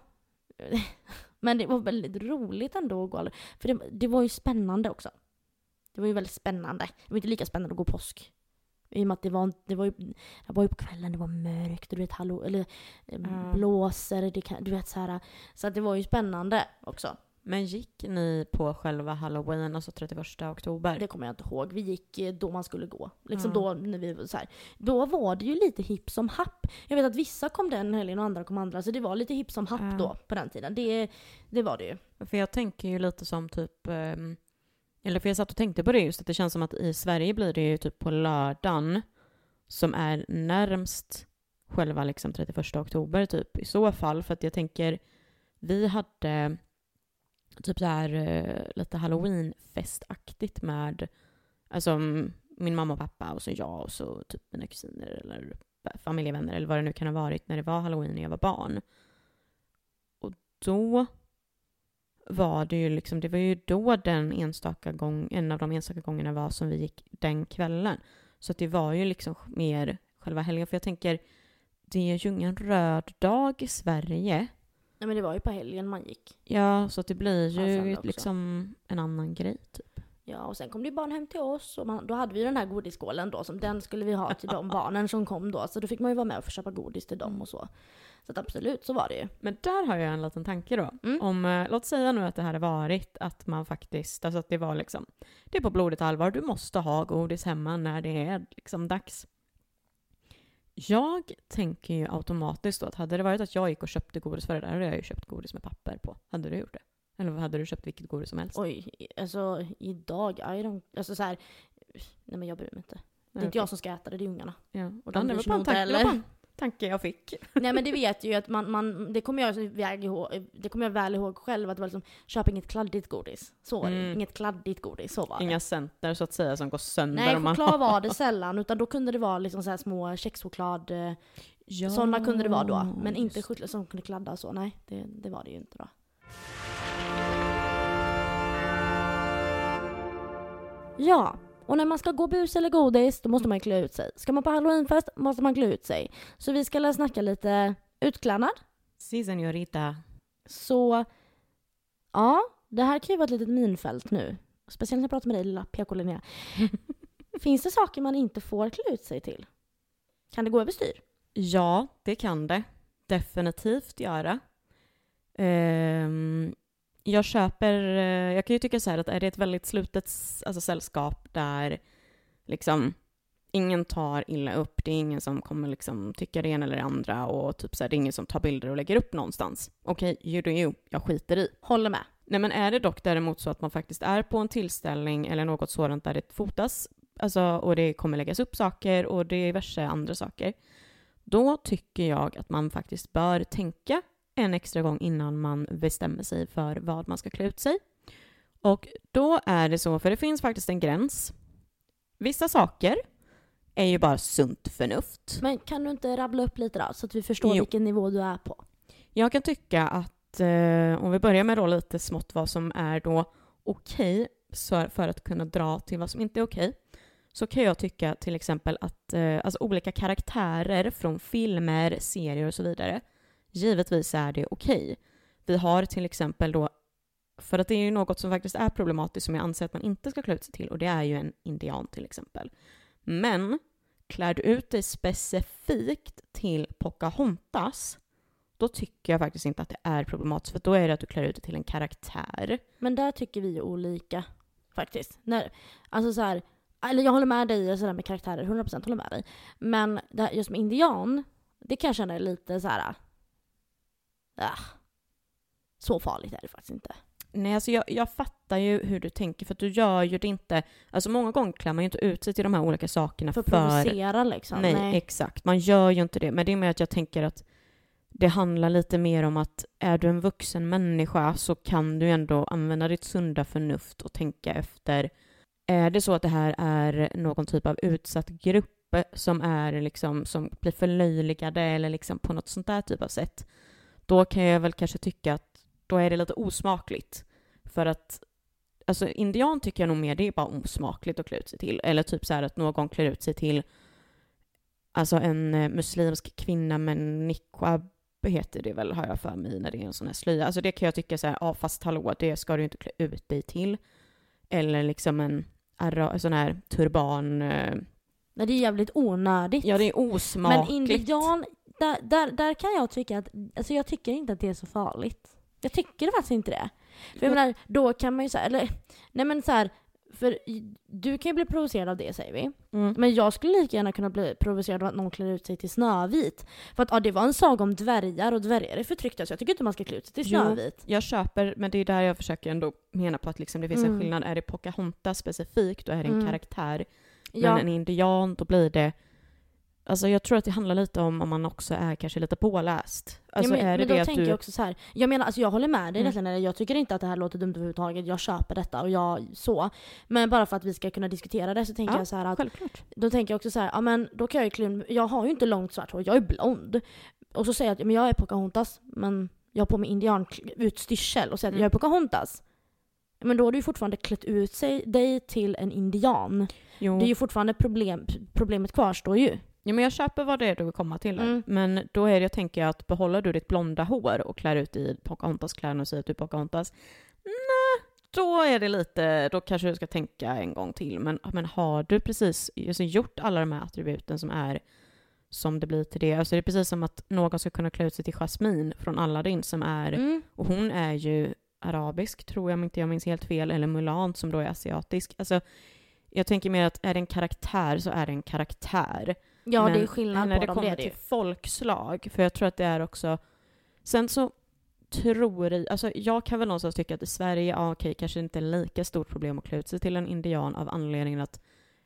Men det var väldigt roligt ändå att gå. För det, det var ju spännande också. Det var ju väldigt spännande. Det var inte lika spännande att gå påsk. I och med att det var, det var ju, det var ju på kvällen, det var mörkt, du vet, hallå, eller mm. blåser, det kan, du vet så här. Så att det var ju spännande också. Men gick ni på själva Halloween, alltså trettioförsta oktober? Det kommer jag inte ihåg. Vi gick då man skulle gå. Liksom mm. då när vi så här. Då var det ju lite hipp som happ. Jag vet att vissa kom den helgen och andra kom andra. Så det var lite hipp som happ mm. då på den tiden. Det, det var det ju. För jag tänker ju lite som typ... Um... Eller för jag satt och tänkte på det just, att det känns som att i Sverige blir det ju typ på lördagen som är närmst själva liksom trettioförsta oktober typ i så fall. För att jag tänker, vi hade typ så här uh, lite Halloween-festaktigt med alltså min mamma och pappa och så jag och så typ mina kusiner eller familjevänner eller vad det nu kan ha varit när det var Halloween när jag var barn. Och då var det ju liksom, det var ju då den enstaka gång, en av de enstaka gångerna var som vi gick den kvällen. Så att det var ju liksom mer själva helgen. För jag tänker, det är ju ingen röd dag i Sverige. Nej, men det var ju på helgen man gick. Ja, så att det blir ju liksom en annan grej typ. Ja, och sen kom det ju barn hem till oss. Och man, då hade vi den här godisskålen då. Som den skulle vi ha till de barnen som kom då. Så då fick man ju vara med och köpa godis till dem och så. Så att absolut, så var det ju. Men där har jag en liten tanke då. Mm. Om, eh, låt säga nu att det här har varit att man faktiskt, alltså att det var liksom, det är på blodigt allvar, du måste ha godis hemma när det är liksom dags. Jag tänker ju automatiskt då att hade det varit att jag gick och köpte godis för det där, hade jag ju köpt godis med papper på. Hade du gjort det? Eller hade du köpt vilket godis som helst? Oj, alltså idag, I don't, alltså så här, nej men jag bryr mig inte. Det är okay. Inte jag som ska äta det, det är ungarna. Ja. Och de bryr sig nog inte heller. Tanke jag fick. Nej, men det vet ju att man, man det kommer jag väl ihåg, det kommer jag väl ihåg själv att det var liksom, köp inget kladdigt godis. Så var det. Mm. Inget kladdigt godis, så var det. Inga center så att säga som går sönder. Nej, om man choklad var det sällan, utan då kunde det vara liksom så här små kexchoklad. Ja, sådana kunde det vara då, men inte choklad som kunde kladda så. Nej, det, det var det ju inte då. Ja. Och när man ska gå bus eller godis, då måste man klä ut sig. Ska man på Halloweenfest måste man klä ut sig. Så vi ska snacka lite utklädnad. Si, señorita. Så, ja, det här kan ju vara ett litet minfält nu. Speciellt när jag pratar med dig, lilla P K Linnea. Finns det saker man inte får klä ut sig till? Kan det gå överstyr? Ja, det kan det. Definitivt göra. Ehm... Jag köper, jag kan ju tycka så här att är det ett väldigt slutet alltså sällskap där liksom ingen tar illa upp, det är ingen som kommer liksom tycka det ena eller det andra och typ så här, det är ingen som tar bilder och lägger upp någonstans. Okej, okay, you do you, jag skiter i. Håller med. Nej, men är det dock däremot så att man faktiskt är på en tillställning eller något sådant där det fotas alltså, och det kommer läggas upp saker och det är diverse andra saker, då tycker jag att man faktiskt bör tänka en extra gång innan man bestämmer sig för vad man ska klä ut sig. Och då är det så, för det finns faktiskt en gräns. Vissa saker är ju bara sunt förnuft. Men kan du inte rabbla upp lite då, så att vi förstår Jo. vilken nivå du är på? Jag kan tycka att, eh, om vi börjar med då lite smått vad som är då okej så för att kunna dra till vad som inte är okej, så kan jag tycka till exempel att eh, alltså olika karaktärer från filmer, serier och så vidare, givetvis är det okej. Vi har till exempel då, för att det är ju något som faktiskt är problematiskt som jag anser att man inte ska klä ut sig till, och det är ju en indian till exempel. Men klär du ut dig specifikt till Pocahontas, då tycker jag faktiskt inte att det är problematiskt, för då är det att du klär ut dig till en karaktär. Men där tycker vi olika faktiskt. När, alltså så här, eller jag håller med dig sådär med karaktärer, hundra procent håller med dig. Men det här, just med indian, det kan jag känna är lite så här. Ah, så farligt är det faktiskt inte. Nej, alltså jag, jag fattar ju hur du tänker, för att du gör ju det inte, alltså många gånger klär man ju inte ut sig till de här olika sakerna För för... att provocera liksom. Nej, Nej, exakt. Man gör ju inte det, men det är mer att jag tänker att det handlar lite mer om att är du en vuxen människa så kan du ändå använda ditt sunda förnuft och tänka efter. Är det så att det här är någon typ av utsatt grupp som är liksom, som blir förlöjligade eller liksom på något sånt där typ av sätt, då kan jag väl kanske tycka att då är det lite osmakligt. För att alltså indian tycker jag nog mer det är bara osmakligt att klä ut sig till. Eller typ så här att någon klär ut sig till alltså en muslimsk kvinna med niqab heter det väl, har jag för mig, när det är en sån här slöja. Alltså det kan jag tycka så här, ja fast hallå, det ska du inte klä ut dig till. Eller liksom en ara- sån här turban. Eh. Nej, det är jävligt onödigt. Ja, det är osmakligt. Men indian, där, där, där kan jag tycka att, alltså jag tycker inte att det är så farligt. Jag tycker faktiskt inte det. För jag menar, då kan man ju säga, eller, nej men så här, för du kan ju bli provocerad av det, säger vi. Mm. Men jag skulle lika gärna kunna bli provocerad av att någon klär ut sig till Snövit. För att ja, det var en saga om dvärgar, och dvärgar är förtryckta, så jag tycker inte man ska klä ut sig till Snövit. Jo, jag köper, men det är där jag försöker ändå mena på att liksom det finns Mm. en skillnad. Är det Pocahontas specifikt, då är det en Mm. karaktär. Men Ja. en indian, då blir det... Alltså jag tror att det handlar lite om om man också är kanske lite påläst. Alltså ja, men, är det men då det att tänker du... jag också så här. Jag menar, alltså jag håller med dig Mm. mm. Jag tycker inte att det här låter dumt överhuvudtaget. Jag köper detta och jag så. Men bara för att vi ska kunna diskutera det så tänker Ja, jag så här att självklart. då tänker jag också så här, ja men då kan jag ju klä, jag har ju inte långt svart hår, jag är blond. Och så säger jag att men jag är Pocahontas, men jag har på mig indian utstyrsel och säger att Mm. jag är Pocahontas. Men då har du ju fortfarande klätt ut sig, dig till en indian. Jo. Det är ju fortfarande problem, problemet kvarstår ju. Ja, men jag köper vad det är du vill komma till. Mm. Men då är det, jag tänker att behåller du ditt blonda hår och klär ut i Pocahontas-kläderna och säger att du är Pocahontas, nej, då är det lite, då kanske du ska tänka en gång till. Men, men har du precis alltså, gjort alla de här attributen som är som det blir till det, alltså det är precis som att någon ska kunna klä ut sig till Jasmine från Aladdin som är, Mm. och hon är ju arabisk, tror jag, om inte jag minns helt fel, eller Mulan som då är asiatisk. Alltså, jag tänker mer att är det en karaktär så är det en karaktär. Ja, Men det är skillnad när på det dem, kommer det är det ju. till folkslag, för jag tror att det är också... Sen så tror jag... Alltså jag kan väl någonstans tycka att i Sverige, ja okej, kanske inte är lika stort problem att klä ut sig till en indian av anledningen att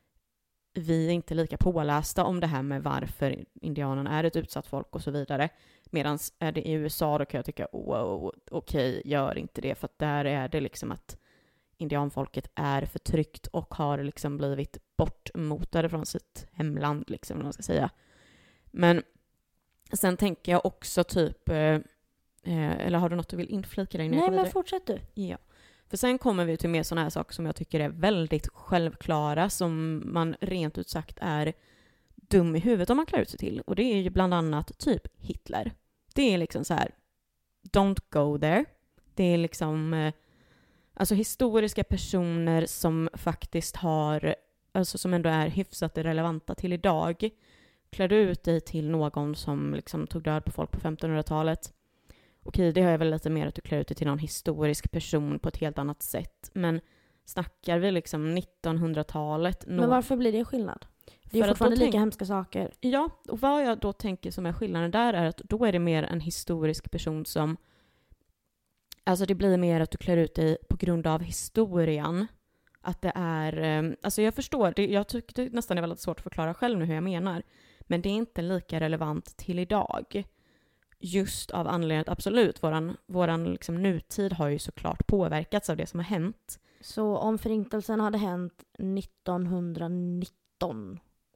vi är inte lika pålästa om det här med varför indianerna är ett utsatt folk och så vidare. Medan är det i U S A, då kan jag tycka, wow, okej, gör inte det, för att där är det liksom att indianfolket är förtryckt och har liksom blivit bortmotade från sitt hemland, liksom, vad man ska säga. Men sen tänker jag också typ, eh, eller har du något du vill inflika dig? Nej, men fortsätt du. Ja. För sen kommer vi till mer sådana här saker som jag tycker är väldigt självklara, som man rent ut sagt är dum i huvudet om man klär ut sig till. Och det är ju bland annat typ Hitler. Det är liksom så här, don't go there. Det är liksom... Eh, Alltså historiska personer som faktiskt har, alltså som ändå är hyfsat relevanta till idag. Klär du ut dig till någon som liksom tog död på folk på femtonhundratalet? Okej, det har jag väl lite mer att du klär ut dig till någon historisk person på ett helt annat sätt. Men snackar vi liksom nittonhundratalet? Men no- varför blir det skillnad? Det är För fortfarande lika tänk- hemska saker. Ja, och vad jag då tänker som är skillnaden där är att då är det mer en historisk person som... Alltså det blir mer att du klär ut dig på grund av historien. Att det är... Alltså jag förstår, det, jag tyckte nästan det var väldigt svårt att förklara själv nu hur jag menar. Men det är inte lika relevant till idag. Just av anledningen att absolut, våran, våran liksom nutid har ju såklart påverkats av det som har hänt. Så om förintelsen hade hänt nittonhundranitton,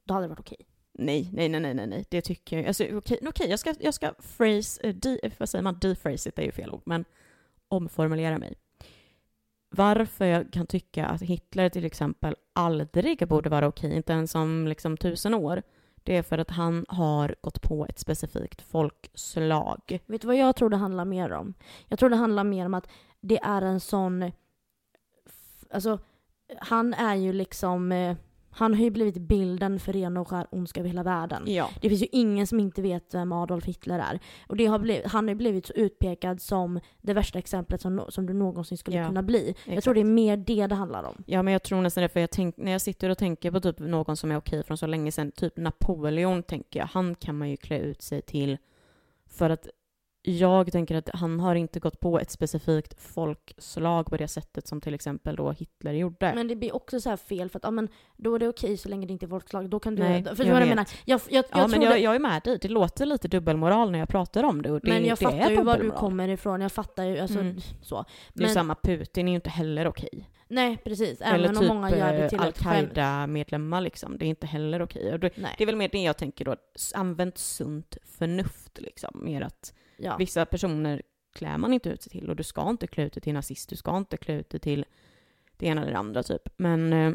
då hade det varit okej. Nej, nej, nej, nej, nej, nej. Det tycker jag. Alltså, okej, okej, jag ska, jag ska phrase, uh, de, vad säger man? Defrase it är ju fel ord, men omformulera mig. Varför jag kan tycka att Hitler till exempel aldrig borde vara okej, inte ens om liksom tusen år, det är för att han har gått på ett specifikt folkslag. Vet du vad jag tror det handlar mer om? Jag tror det handlar mer om att det är en sån... Alltså, han är ju liksom... Eh, han har ju blivit bilden för ren och skär ondska över hela världen. Ja. Det finns ju ingen som inte vet vem Adolf Hitler är. Och det har blivit, han har ju blivit så utpekad som det värsta exemplet som, som du någonsin skulle Ja, kunna bli. exakt. Jag tror det är mer det det handlar om. Ja, men jag tror nästan det, för jag tänk, när jag sitter och tänker på typ någon som är okej från så länge sedan, typ Napoleon, tänker jag, han kan man ju klä ut sig till, för att jag tänker att han har inte gått på ett specifikt folkslag på det sättet som till exempel då Hitler gjorde. Men det blir också så här fel, för att ja, men, då är det okej så länge det inte är folkslag. Då kan du... Nej, för jag vad jag vet. menar, jag, jag, ja, jag men tror jag, det, jag är med dig. Det låter lite dubbelmoral när jag pratar om det. Och det men jag det fattar är ju var du dubbelmoral. kommer ifrån. Jag fattar ju, alltså, Mm. så. Det är Men, samma, Putin är ju inte heller okej. nej, precis. Även Eller om typ många gör det till ett själv. Al-Qaida-medlemmar liksom. Det är inte heller okej. Och det, Nej. det är väl mer det jag tänker då. Använt sunt förnuft liksom. Mer att Ja. vissa personer klär man inte ut sig till. Och du ska inte klä ut dig till nazist. Du ska inte klä ut dig till det ena eller det andra typ. Men eh,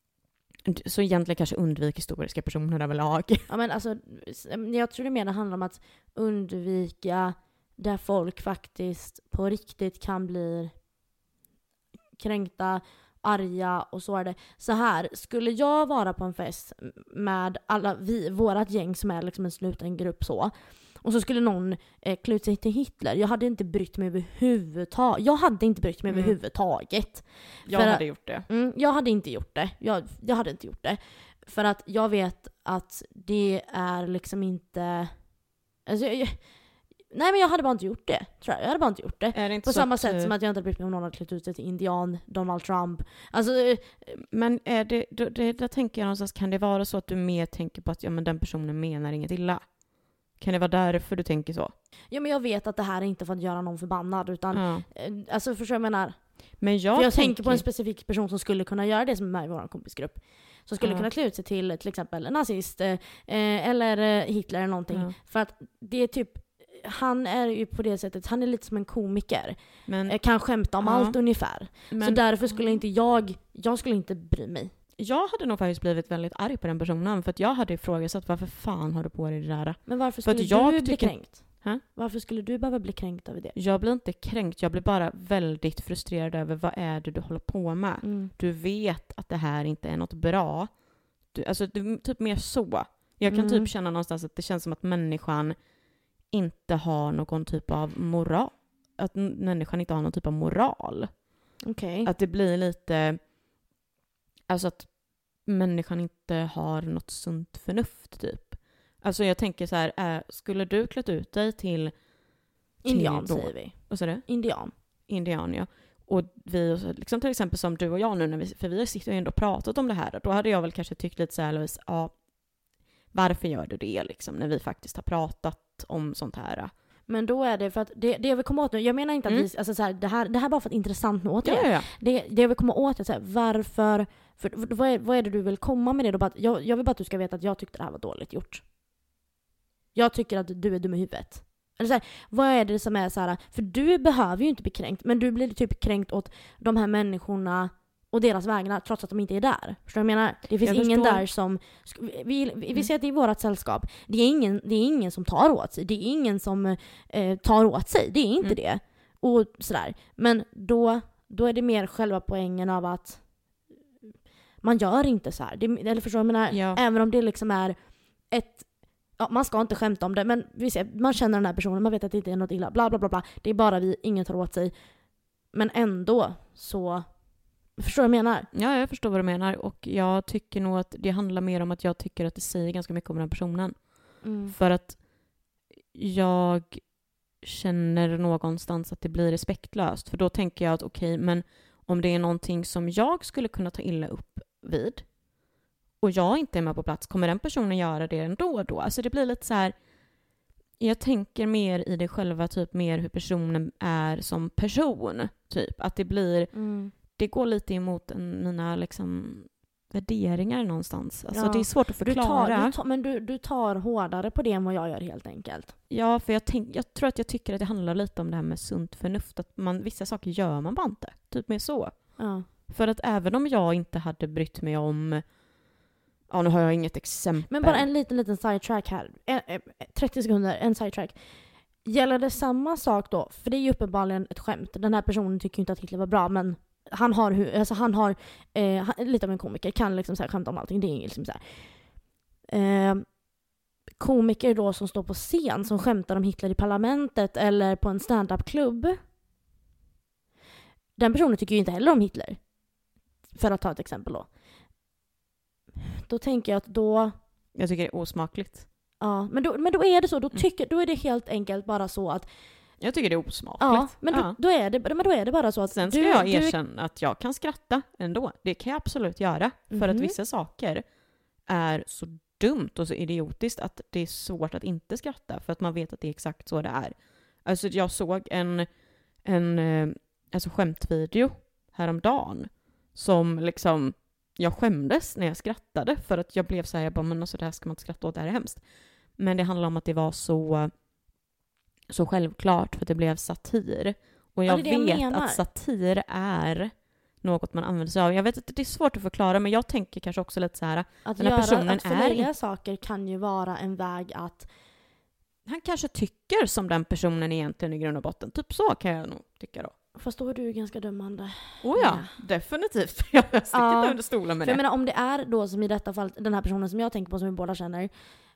så egentligen kanske undvik historiska personer överlag. Ja, men alltså, jag tror det mer det handlar om att undvika där folk faktiskt på riktigt kan bli kränkta, arga, och så är det. Så här, skulle jag vara på en fest med alla vi, vårat gäng som är liksom en sluten grupp så, och så skulle någon eh, klä ut sig till Hitler, jag hade inte brytt mig överhuvudtaget. Jag hade inte brytt mig Mm. överhuvudtaget. Jag För- hade gjort det. Mm, jag hade inte gjort det. Jag, jag hade inte gjort det. För att jag vet att det är liksom inte... Alltså, jag, jag, nej, men jag hade bara inte gjort det. Tror jag. jag hade bara inte gjort det. Är det inte På så samma att, sätt eh, som att jag inte hade brytt mig om någon hade klätt ut sig till indian, Donald Trump. Alltså, eh, Men är det, det, det, där tänker jag någonstans, kan det vara så att du mer tänker på att ja, men den personen menar inget illa? Kan det vara därför du tänker så? ja, men jag vet att det här är inte för att göra någon förbannad, utan Ja. eh, alltså, förstår jag menar? Men jag, För jag tänker på en specifik person som skulle kunna göra det, som är med i vår kompisgrupp. Som skulle Ja. kunna klä ut sig till till exempel en nazist eh, eller eh, Hitler eller någonting. Ja. För att det är typ, han är ju på det sättet, han är lite som en komiker. Men, Eh, kan skämta om Ja. allt ungefär. men Så därför skulle inte jag, jag skulle inte bry mig. jag hade nog faktiskt blivit väldigt arg på den personen, för att jag hade ifrågasatt varför fan har du på dig det där? Men varför För att skulle jag du bli tycker- kränkt? Hä? Varför skulle du behöva bli kränkt över det? Jag blir inte kränkt, jag blir bara väldigt frustrerad över vad är det du håller på med. Mm. Du vet att det här inte är något bra. Du, alltså det är typ mer så. Jag kan Mm. typ känna någonstans att det känns som att människan inte har någon typ av moral. Att n- människan inte har någon typ av moral. Okej. Att det blir lite... Alltså att människan inte har något sunt förnuft typ. Alltså jag tänker så här, äh, skulle du klätt ut dig till... Indian till då- säger vi. Vad sa du? Indian. Indian, ja. Och vi, liksom till exempel som du och jag nu, när vi, för vi sitter ju ändå och pratat om det här, då hade jag väl kanske tyckt lite så här, Louise, ja, varför gör du det liksom, när vi faktiskt har pratat om sånt här? Men då är det för att, det, det jag vill komma åt nu, jag menar inte att Mm. vi, alltså så här, det här, det här är bara för att intressant nu återigen. Ja, ja, ja. Det, det jag vill komma åt är så här, varför, för, för, vad, är, vad är det du vill komma med det då? Bara att jag, jag vill bara att du ska veta att jag tyckte det här var dåligt gjort. Jag tycker att du är dum i huvudet. Eller så här, vad är det som är så här, för du behöver ju inte bli kränkt, men du blir typ kränkt åt de här människorna och deras vägnar, trots att de inte är där. Förstår du vad jag menar? Det finns Jag ingen förstår. där som... Vi, vi, vi Mm. säger att det är vårt sällskap. Det är ingen, det är ingen som tar åt sig. Det är ingen som eh, tar åt sig. Det är inte Mm. det. Och sådär. Men då, då är det mer själva poängen av att man gör inte så här. Det, eller förstår du vad jag menar? Ja. Även om det liksom är ett... Ja, man ska inte skämta om det, men vi ser, man känner den här personen, man vet att det inte är något illa, bla bla bla bla. Det är bara vi, ingen tar åt sig. Men ändå så... Förstår du vad jag menar? Ja, jag förstår vad du menar, och jag tycker nog att det handlar mer om att jag tycker att det säger ganska mycket om den personen. Mm. För att jag känner någonstans att det blir respektlöst. För då tänker jag att okej, men om det är någonting som jag skulle kunna ta illa upp vid och jag inte är med på plats, kommer den personen göra det ändå då? Alltså det blir lite så här, jag tänker mer i det själva, typ mer hur personen är som person. Typ att det blir, Mm. det går lite emot en, mina liksom värderingar någonstans. Alltså Ja. det är svårt att förklara. Du tar, du tar, men du, du tar hårdare på det än vad jag gör helt enkelt. Ja, för jag, tänk, jag tror att jag tycker att det handlar lite om det här med sunt förnuft. Att man, vissa saker gör man bara inte. Typ mer så. Ja. För att även om jag inte hade brytt mig om... Ja, nu har jag inget exempel. Men bara en liten, liten sidetrack här. En, en, trettio sekunder, en sidetrack. Gäller det samma sak då? För det är ju uppenbarligen ett skämt. Den här personen tycker ju inte att Hitler var bra, men han har, hu- alltså han har eh, han, lite av en komiker, kan liksom så här skämta om allting. Det är liksom så här. Eh, komiker då som står på scen som skämtar om Hitler i parlamentet eller på en stand-up-klubb. Den personen tycker ju inte heller om Hitler. För att ta ett exempel då. Då tänker jag att då... Jag tycker det är osmakligt. Ja, men då, men då är det så. Då, tycker, då är det helt enkelt bara så att... Jag tycker det är osmakligt. Ja, men då, Ja. då, är, det, men då är det bara så att... Sen ska du, jag du, erkänna att jag kan skratta ändå. Det kan jag absolut göra. För att Mhm. vissa saker är så dumt och så idiotiskt att det är svårt att inte skratta. För att man vet att det är exakt så det är. Alltså jag såg en, en eh, alltså skämtvideo häromdagen som liksom... Jag skämdes när jag skrattade för att jag blev så här, jag bara, men alltså det här ska man inte skratta åt, det här är hemskt. Men det handlar om att det var så, så självklart för att det blev satir. Och jag Ja, det är det jag vet menar. att satir är något man använder sig av. Jag vet att det är svårt att förklara, men jag tänker kanske också lite så här, att den här göra, personen att förlöjliga är- saker kan ju vara en väg att... han kanske tycker som den personen egentligen i grund och botten. Typ så kan jag nog tycka då. Fast då är du ganska dömande. Oh ja, definitivt. Jag sticker Ja, inte under stolen med För jag det. menar, om det är då som i detta fall, den här personen som jag tänker på som vi båda känner.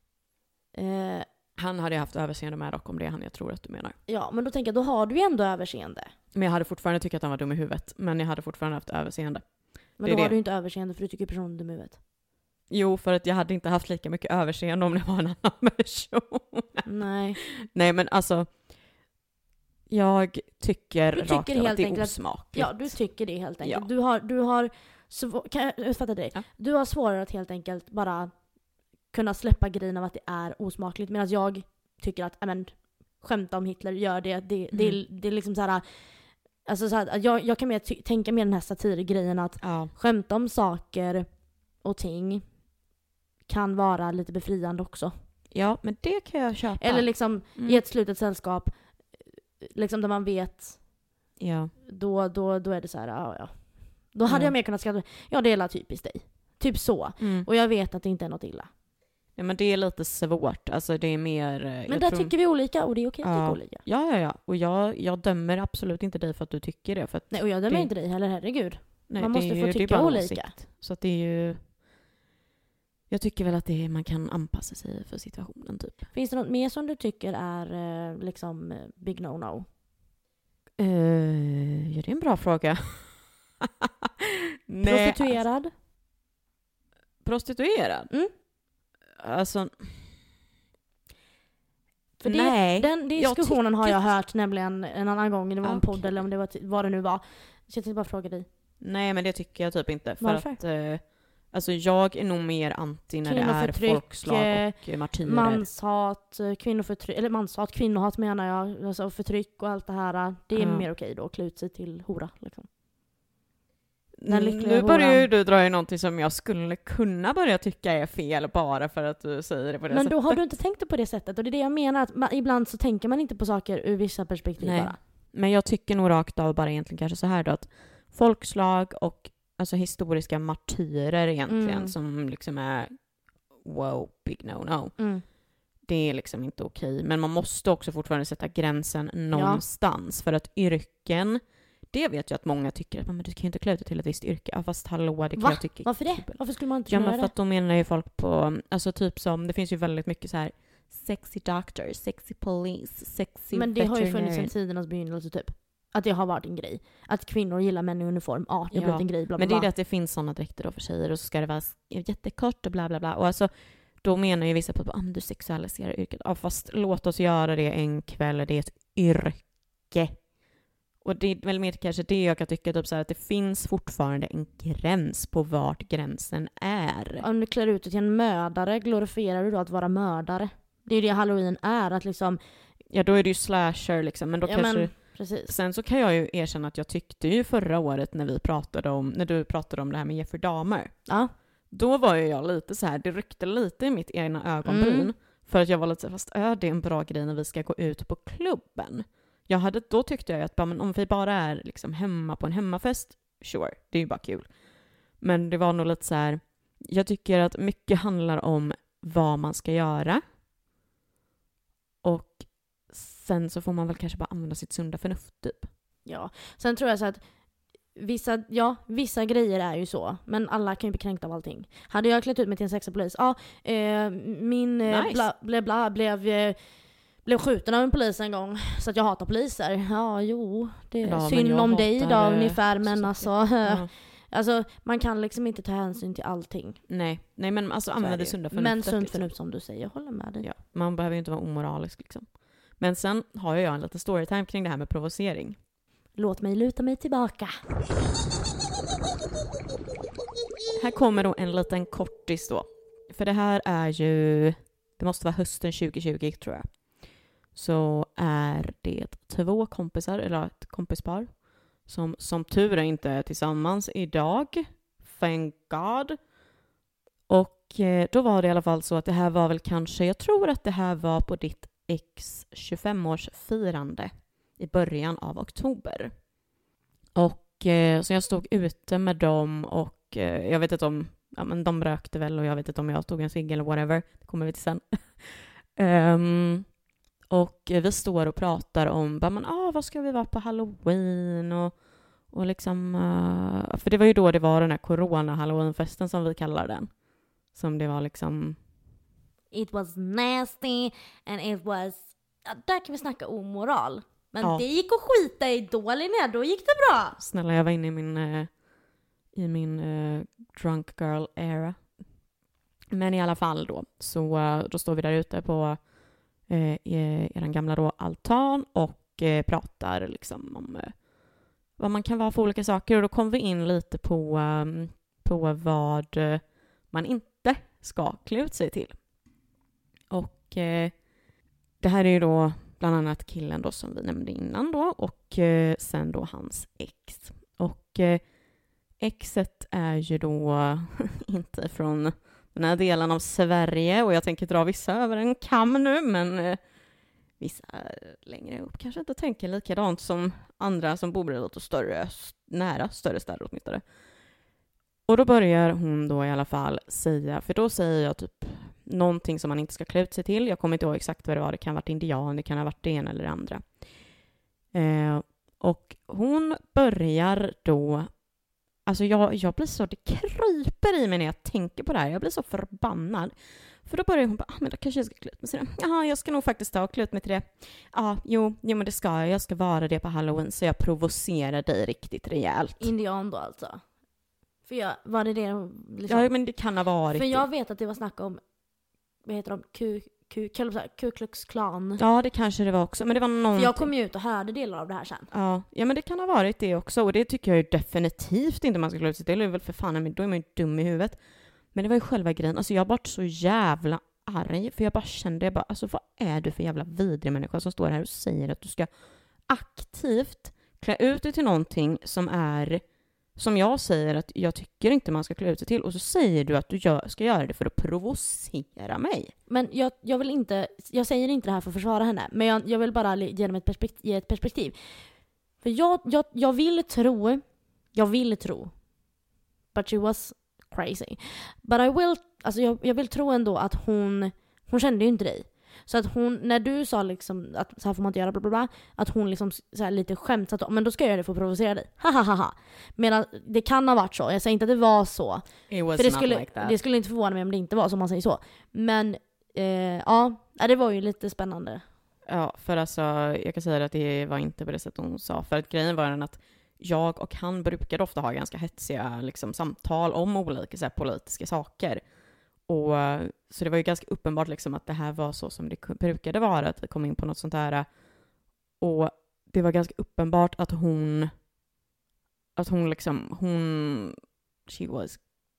Eh, Han hade jag haft överseende med dock, om det är han jag tror att du menar. ja, men då tänker jag, då har du ju ändå överseende. Men jag hade fortfarande tyckt att han var dum i huvudet. Men jag hade fortfarande haft överseende. Men Det är då har det. du ju inte överseende för du tycker personen är dum i huvudet. Jo, för att jag hade inte haft lika mycket överseende om det var en annan person. Nej. Nej, men alltså... Jag tycker, Du tycker rakt av helt att det är enkelt att- osmakligt. Ja, du tycker det helt enkelt. Ja. Du har, du har svå- kan jag uppfatta dig? Ja. Du har svårare att helt enkelt bara kunna släppa grejen av att det är osmakligt. Medan jag tycker att, men, skämta om Hitler, gör det. Det, det, Mm. det, det är liksom så här. Alltså så här, att jag, jag kan mer ty- tänka mer den här satirgrejen att Ja. skämta om saker och ting kan vara lite befriande också. ja, men det kan jag köpa. Eller liksom Mm. i ett slutet sällskap, liksom där man vet, Ja. då, då, då är det så här, ja, ja. Då hade Ja. jag mer kunnat skratta, ja det är la typiskt dig. Typ så. Mm. Och jag vet att det inte är något illa. ja, men det är lite svårt. Alltså det är mer... eh, Men jag där tror- tycker vi olika och det är okej att Ja. tycka olika. Ja, ja, ja. Och jag, jag dömer absolut inte dig för att du tycker det. För att, Nej, och jag dömer Det- inte dig heller, herregud. nej, man det måste är få ju- det är tycka bara en olika. åsikt. Så att det är ju... Jag tycker väl att det är, man kan anpassa sig för situationen typ. Finns det något mer som du tycker är eh, liksom eh, big no-no? Uh, ja, det är en bra fråga. Nej, Prostituerad? prostituerad? Mm. Alltså... För det, nej. den jag diskussionen har tycker- jag hört nämligen en annan gång. Det var en Okej. podd eller om det var t- vad det nu var. Så jag tänkte bara fråga dig. Nej, men det tycker jag typ inte. För Varför? att... eh, alltså jag är nog mer anti när det är Kvinnoförtryck, folkslag och eh, martyrer. Manshat, eh, kvinnoförtryck, eller manshat, kvinnohat menar jag. Alltså förtryck och allt det här. Det är Ja. mer okej då att klä ut sig till hora. Liksom. Den lyckliga Nu börjar ju horan. du dra i någonting som jag skulle kunna börja tycka är fel bara för att du säger det på det Men sättet. då har du inte tänkt det på det sättet. Och det är det jag menar. Att man, ibland så tänker man inte på saker ur vissa perspektiv Nej. bara. Men jag tycker nog rakt av bara egentligen kanske så här då att folkslag och alltså historiska martyrer egentligen Mm. som liksom är wow, big no-no. Mm. Det är liksom inte okej. Men man måste också fortfarande sätta gränsen någonstans. För att yrken, det vet jag att många tycker att men du kan ju inte klä ut dig till ett visst yrke. Ja, fast hallå, det kan Va? jag tycka är Varför det? kul. Varför skulle man inte Ja, kunna men göra för att då menar ju folk på, alltså typ som, det finns ju väldigt mycket så här sexy doctor, sexy police, sexy det? Men det har ju funnits veterinarian. sedan tidernas begynnelse typ. Att det har varit en grej. Att kvinnor gillar män i uniform. Ja, det har Ja, blivit en grej. Bla, bla, Men det är bla. det att det finns sådana dräkter då för tjejer och så ska det vara jättekort och bla bla bla. Och alltså, då menar ju vissa på att ah, men du sexualiserar yrket. Ja, fast låt oss göra det en kväll, det är ett yrke. Och det är väl mer kanske det jag kan tycka, typ så här, att det finns fortfarande en gräns på vart gränsen är. Om du klär ut dig till en mördare, glorifierar du då att vara mördare? Det är ju det halloween är, att liksom... Ja, då är det ju slasher liksom, men då Ja, kanske... men, precis. Sen så kan jag ju erkänna att jag tyckte ju förra året när vi pratade om, när du pratade om det här med Jeffrey Dahmer, Ja. Då var ju jag lite så här, det ryckte lite i mitt egna ögonbryn. Mm. För att jag var lite så här, fast är det en bra grej när vi ska gå ut på klubben? Jag hade, då tyckte jag att bara, men om vi bara är liksom hemma på en hemmafest, sure, det är ju bara kul. Men det var nog lite så här, jag tycker att mycket handlar om vad man ska göra. Och sen så får man väl kanske bara använda sitt sunda förnuft typ. Ja, sen tror jag så att vissa, ja, vissa grejer är ju så, men alla kan ju bli kränkta av allting. Hade jag klätt ut mig till en sexpolis, ja, eh, min eh, Nice. bla, bla, bla blev, eh, blev skjuten av en polis en gång, så att jag hatar poliser. Ja, jo, det är Ja, men synd jag om dig hatar, då eh, ungefär, men så- alltså, Ja. alltså, man kan liksom inte ta hänsyn till allting. Nej, nej men alltså Så är använda det det ju. sunda förnuftet. Men sunt liksom. förnuft som du säger, jag håller med dig. Ja, man behöver ju inte vara omoralisk liksom. Men sen har jag en liten storytime kring det här med provocering. Låt mig luta mig tillbaka. Här kommer då en liten kortis då. För det här är ju, det måste vara hösten tjugo tjugo tror jag. Så är det två kompisar, eller ett kompispar, som som tur är inte är tillsammans idag. Thank God. Och eh, då var det i alla fall så att det här var väl kanske, jag tror att det här var på ditt ex tjugofem-årsfirande i början av oktober. Och eh, så jag stod ute med dem och eh, jag vet inte om, ja men de rökte väl och jag vet inte om jag tog en cigg eller whatever. Det kommer vi till sen. um, och vi står och pratar om, bara, men, ah, vad ska vi vara på Halloween och, och liksom, uh, för det var ju då det var den här corona-halloweenfesten som vi kallar den. Som det var liksom... It was nasty and it was... Ja, där kan vi snacka omoral. Men Ja. det gick att skita i då, Linnea. Då gick det bra. Snälla, jag var inne i min, eh, i min eh, drunk girl era. Men i alla fall då, så eh, då står vi där ute på eh, er gamla då altan och eh, pratar liksom om eh, vad man kan vara för olika saker. Och då kom vi in lite på, eh, på vad eh, man inte ska klä ut sig till. Och eh, det här är ju då bland annat killen då som vi nämnde innan då och eh, sen då hans ex. Och eh, exet är ju då inte från den här delen av Sverige och jag tänker dra vissa över en kam nu, men eh, vissa längre upp kanske inte tänker likadant som andra som bor i lite större, nära större städer åtminstone. Och då börjar hon då i alla fall säga, för då säger jag typ någonting som man inte ska klä ut sig till. Jag kommer inte ihåg exakt vad det var. Det kan ha varit indian, det kan ha varit det ena eller det andra. Eh, och hon börjar då... Alltså jag, jag blir så... Det kryper i mig när jag tänker på det här. Jag blir så förbannad. För då börjar hon bara, ah, men då kanske jag ska klä ut mig till det. Jaha, jag ska nog faktiskt ta och klä ut mig till det. Ja, jo, jo, men det ska jag. Jag ska vara det på Halloween så jag provocerar dig riktigt rejält. Indian då alltså. För jag, var det det liksom? Ja, men det kan ha varit För det. jag vet att det var snack om, vad heter de, Ku, Ku, Ku Klux Klan. Ja, det kanske det var också. Men det var någonting. För jag kom ju ut och hörde delar av det här sen. Ja, ja, men det kan ha varit det också. Och det tycker jag ju definitivt inte man ska klä ut sig till. Det är väl för fan, men då är man ju dum i huvudet. Men det var ju själva grejen. Alltså jag har varit så jävla arg. För jag bara kände, jag bara, alltså vad är du för jävla vidrig människa som står här och säger att du ska aktivt klä ut dig till någonting som är, som jag säger att jag tycker inte man ska klä ut sig till. Och så säger du att du gör, ska göra det för att provocera mig. Men jag, jag vill inte, jag säger inte det här för att försvara henne. Men jag, jag vill bara ge dem ett perspektiv. Ge ett perspektiv. För jag, jag, jag vill tro, jag vill tro, but she was crazy. But I will, alltså jag, jag vill tro ändå att hon, hon kände ju inte dig. Så att hon, när du sa liksom att så här får man inte göra bla bla bla, att hon liksom så här lite skämt att men då ska jag göra det för att provocera dig. Hahaha. Medan det kan ha varit så. Jag säger inte att det var så. It was För det not skulle, like that. det skulle inte förvåna mig om det inte var så, om man säger så. Men eh, ja, det var ju lite spännande. Ja, för alltså, jag kan säga att det var inte på det sättet hon sa. För att grejen var den att jag och han brukade ofta ha ganska hetsiga liksom, samtal om olika så här, politiska saker. Och, så det var ju ganska uppenbart liksom, att det här var så som det brukade vara, att vi kom in på något sånt här. Och det var ganska uppenbart att hon, att hon liksom, hon, she was,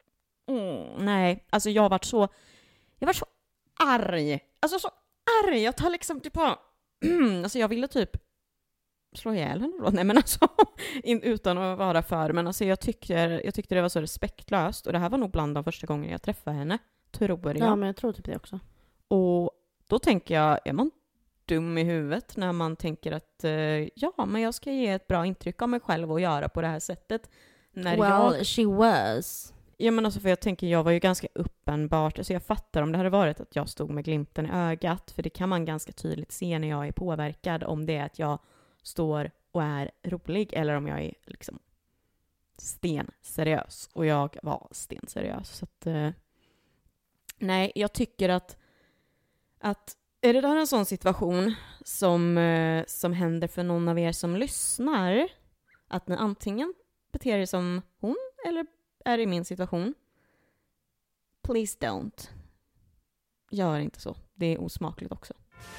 mm, nej, alltså jag var så, jag var så arg, alltså så arg, jag tar liksom typ på, alltså jag ville typ slå ihjäl henne då. Nej men alltså, in, utan att vara för. Men alltså jag tyckte, jag tyckte det var så respektlöst. Och det här var nog bland de första gångerna jag träffade henne. Tror jag. Ja, men jag tror typ det också. Och då tänker jag, är man dum i huvudet när man tänker att eh, ja, men jag ska ge ett bra intryck av mig själv och göra på det här sättet. När well, jag... she was. Ja, men alltså för jag tänker, jag var ju ganska uppenbart, alltså jag fattar om det hade varit att jag stod med glimten i ögat, för det kan man ganska tydligt se när jag är påverkad, om det är att jag står och är rolig eller om jag är liksom stenseriös. Och jag var stenseriös. Så att, eh, nej, jag tycker att, att är det där en sån situation som, eh, som händer för någon av er som lyssnar, att ni antingen beter er som hon eller är i min situation, please don't. Gör inte så. Det är osmakligt också.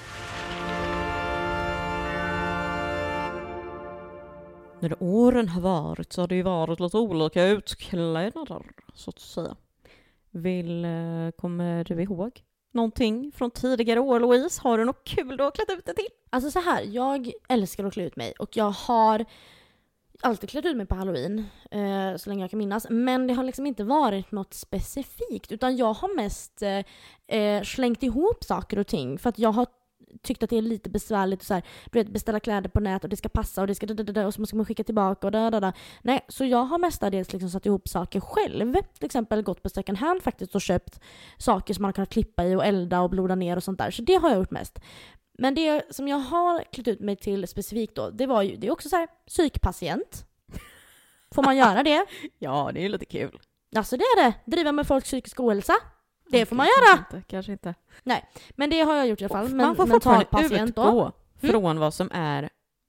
När åren har varit så har det ju varit lite olika utklädnader, så att säga. Vill, kommer du ihåg någonting från tidigare år, Louise? Har du något kul du har klätt ut det till? Alltså så här, jag älskar att klä ut mig och jag har alltid klätt ut mig på Halloween eh, så länge jag kan minnas. Men det har liksom inte varit något specifikt, utan jag har mest eh, slängt ihop saker och ting för att jag har tyckt att det är lite besvärligt att så här, du vet, beställa kläder på nät och det ska passa och det ska dadada, och så ska man skicka tillbaka och dadada. Nej, så jag har mestadels liksom satt ihop saker själv. Till exempel gått på second hand faktiskt och köpt saker som man kan klippa i och elda och bloda ner och sånt där. Så det har jag gjort mest. Men det som jag har klätt ut mig till specifikt då, det var ju, det är också så här, psykpatient. Får man göra det? Ja, det är ju lite kul. Alltså det är det. Driva med folks psykisk ohälsa. Det okay, får man göra. Kanske inte, kanske inte. Nej, men det har jag gjort i alla fall. Men, man får fortfarande utgå då. från Mm. vad som är...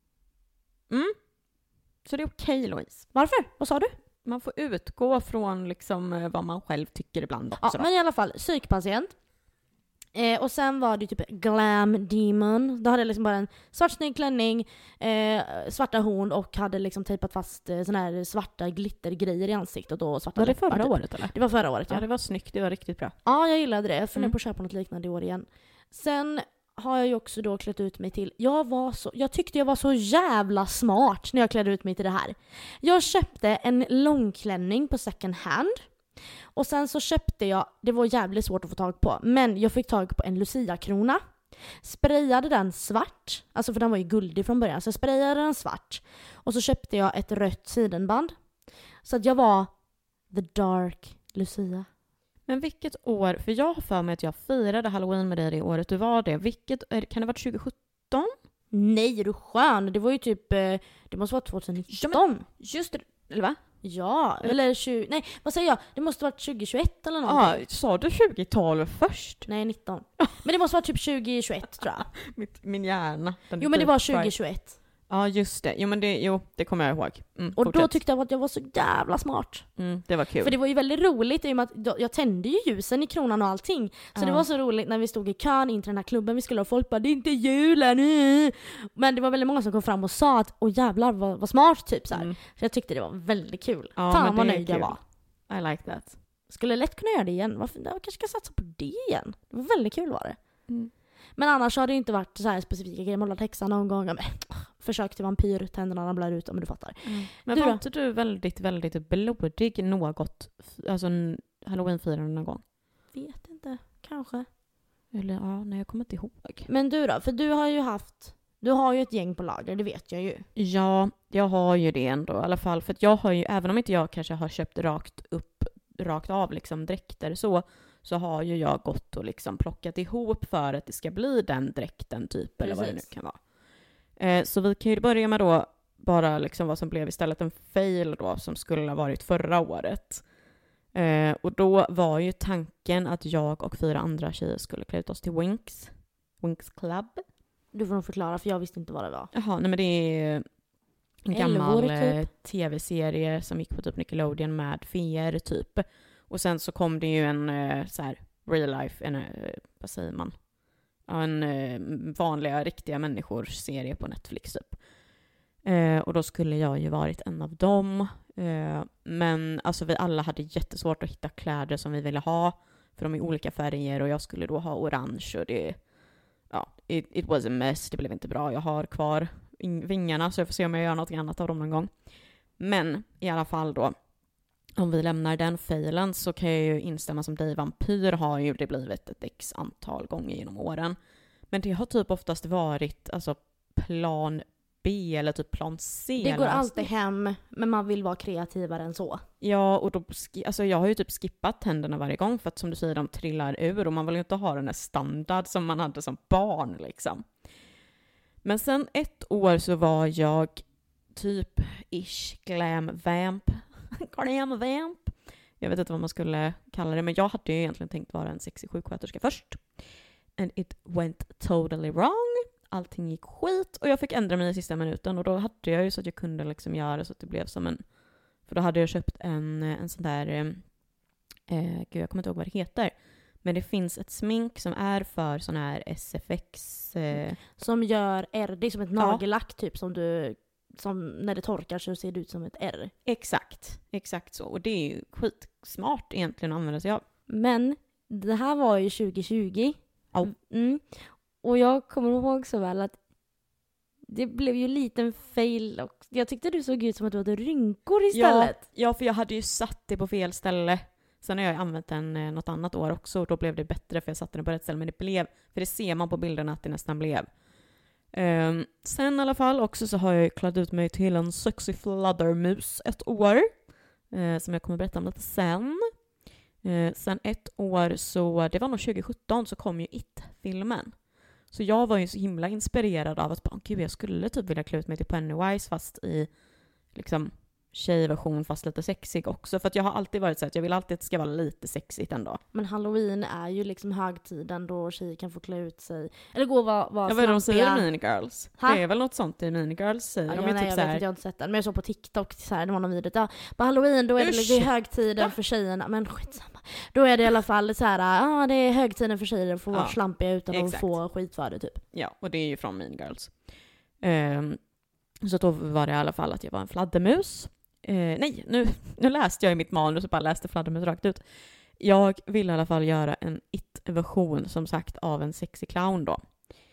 Mm. Så det är okej, okay, Louise. Varför? Vad sa du? Man får utgå från liksom vad man själv tycker ibland också. Ja, men i alla fall, psykpatient. Eh, och sen var det typ glam demon. Då hade jag liksom bara en svart snygg klänning, eh, svarta horn och hade liksom tejpat fast eh, såna här svarta glittergrejer i ansiktet och svarta Var det läppar, förra typ. året eller? Det var förra året, ja. Ja, det var snyggt. Det var riktigt bra. Ja, jag gillade det. Jag funderar Mm. på att köpa något liknande i år igen. Sen har jag ju också då klätt ut mig till... Jag, var så, jag tyckte jag var så jävla smart när jag klädde ut mig till det här. Jag köpte en långklänning på second hand. Och sen så köpte jag, det var jävligt svårt att få tag på, men jag fick tag på en Lucia-krona. Sprayade den svart, alltså för den var ju guldig från början, så jag sprayade den svart. Och så köpte jag ett rött sidenband. Så att jag var the dark Lucia. Men vilket år, för jag har för mig att jag firade Halloween med dig det året du var det. Vilket, kan det ha varit tjugo sjutton? Nej, är du skön? Det var ju typ, det måste vara tjugonitton. Ja, men just det, eller va? Ja, eller tjugo, nej, vad säger jag? Det måste vara tjugohundratjugoett eller någonting. Ja, sa du tjugohundratolv först? Nej, nitton. Men det måste vara typ tjugohundratjugoett tror jag. Mitt, min hjärna. Jo, men det var tjugohundratjugoett. Ja, just det. Jo, men det, jo, det kommer jag ihåg. Mm, och fortsätt. då tyckte jag att jag var så jävla smart. Mm, det var kul. För det var ju väldigt roligt i och med att jag tände ju ljusen i kronan och allting. Så ja. det var så roligt när vi stod i kön in till den här klubben vi skulle ha. Folk bara, det är inte julen. Men det var väldigt många som kom fram och sa att, åh jävlar vad, vad smart typ så här. Mm. Så jag tyckte det var väldigt kul. Ja, Fan vad nöjd jag var. I like that. Skulle lätt kunna göra det igen. Varför? Jag kanske ska satsa på det igen. Det var väldigt kul var det. Mm. Men annars har det inte varit så här specifika grejer. Målat häxan någon gång. Men, försök till vampyr, tänderna ramlar ut om du fattar. Mm. Men du var då? inte du väldigt, väldigt blodig något, alltså Halloween-firande någon gång? Vet inte, kanske. Eller ja, nej jag kommer inte ihåg. Men du då? För du har ju haft, du har ju ett gäng på lager, det vet jag ju. Ja, jag har ju det ändå i alla fall. För att jag har ju, även om inte jag kanske har köpt rakt upp, rakt av liksom dräkter så, så har ju jag gått och liksom plockat ihop för att det ska bli den dräkten typ. Precis. Eller vad det nu kan vara. Eh, så vi kan ju börja med då bara liksom vad som blev istället en fail då som skulle ha varit förra året. Eh, och då var ju tanken att jag och fyra andra tjejer skulle klä ut oss till Winx. Winx Club. Du får nog förklara för jag visste inte vad det var. Jaha, nej men det är en gammal typ. tv-serie som gick på typ Nickelodeon med feer typ. Och sen så kom det ju en så här real life, en, vad säger man? En vanliga, riktiga människor-serie på Netflix typ. Eh, och då skulle jag ju varit en av dem. Eh, men alltså vi alla hade jättesvårt att hitta kläder som vi ville ha. För de är olika färger och jag skulle då ha orange och det, ja, it, it was a mess. Det blev inte bra. Jag har kvar vingarna, så jag får se om jag gör något annat av dem någon gång. Men i alla fall då, om vi lämnar den failen så kan jag ju instämma som dig. Vampyr har ju det blivit ett x antal gånger genom åren. Men det har typ oftast varit alltså plan B eller typ plan C. Det går alltid hem, men man vill vara kreativare än så. Ja, och då, alltså jag har ju typ skippat tänderna varje gång för att som du säger, de trillar ur och man vill ju inte ha den där standard som man hade som barn liksom. Men sen ett år så var jag typ ish glam vamp. glam vamp. Jag vet inte vad man skulle kalla det, men jag hade ju egentligen tänkt vara en sexig sjuksköterska först. And it went totally wrong. Allting gick skit och jag fick ändra mig i sista minuten och då hade jag ju så att jag kunde liksom göra så att det blev som en, för då hade jag köpt en, en sån där eh, gud jag kommer inte ihåg vad det heter, men det finns ett smink som är för sån här S F X eh, som gör R, det är som ett nagellack ja. Typ som du, som när det torkar så ser det ut som ett R. Exakt, exakt så, och det är ju skitsmart egentligen att använda sig av. Men det här var ju tjugo tjugo. Ja. Mm. Och jag kommer ihåg så väl att det blev ju en liten fail. Och jag tyckte du såg ut som att du hade rynkor istället. Ja, ja, för jag hade ju satt det på fel ställe. Sen har jag använt den eh, något annat år också och då blev det bättre för jag satte den på rätt ställe. Men det blev, för det ser man på bilderna att det nästan blev. Um, sen i alla fall också så har jag klätt ut mig till en sexy fladdermus ett år. Uh, som jag kommer berätta om lite sen. Uh, sen ett år så, det var nog tjugo sjutton så kom ju It-filmen. Så jag var ju så himla inspirerad av att gud, jag skulle typ vilja klä ut mig till Pennywise fast i liksom tjejversion fast lite sexig också. För att jag har alltid varit så att jag vill alltid att det ska vara lite sexigt ändå. Men Halloween är ju liksom högtiden då tjejer kan få klä ut sig. Eller gå och vara, vara jag vet de säger Mean Girls. Ha? Det är väl något sånt i Mean Girls säger. Ja, de är nej, typ jag så här... vet inte, jag har inte sett den. Men jag såg på TikTok så här, det var någon video. Ja, på Halloween då är det, det är högtiden för tjejerna. Men skitsamma. Då är det i alla fall så här, ja ah, det är högtiden för tjejer att få vara ja, slampiga utan exakt. Att få skit för det typ. Ja, och det är ju från Mean Girls. Um, så då var det i alla fall att jag var en fladdermus. Uh, nej, nu, nu läste jag i mitt manus och bara läste fladdermus rakt ut. Jag vill i alla fall göra en it-version som sagt av en sexy clown då.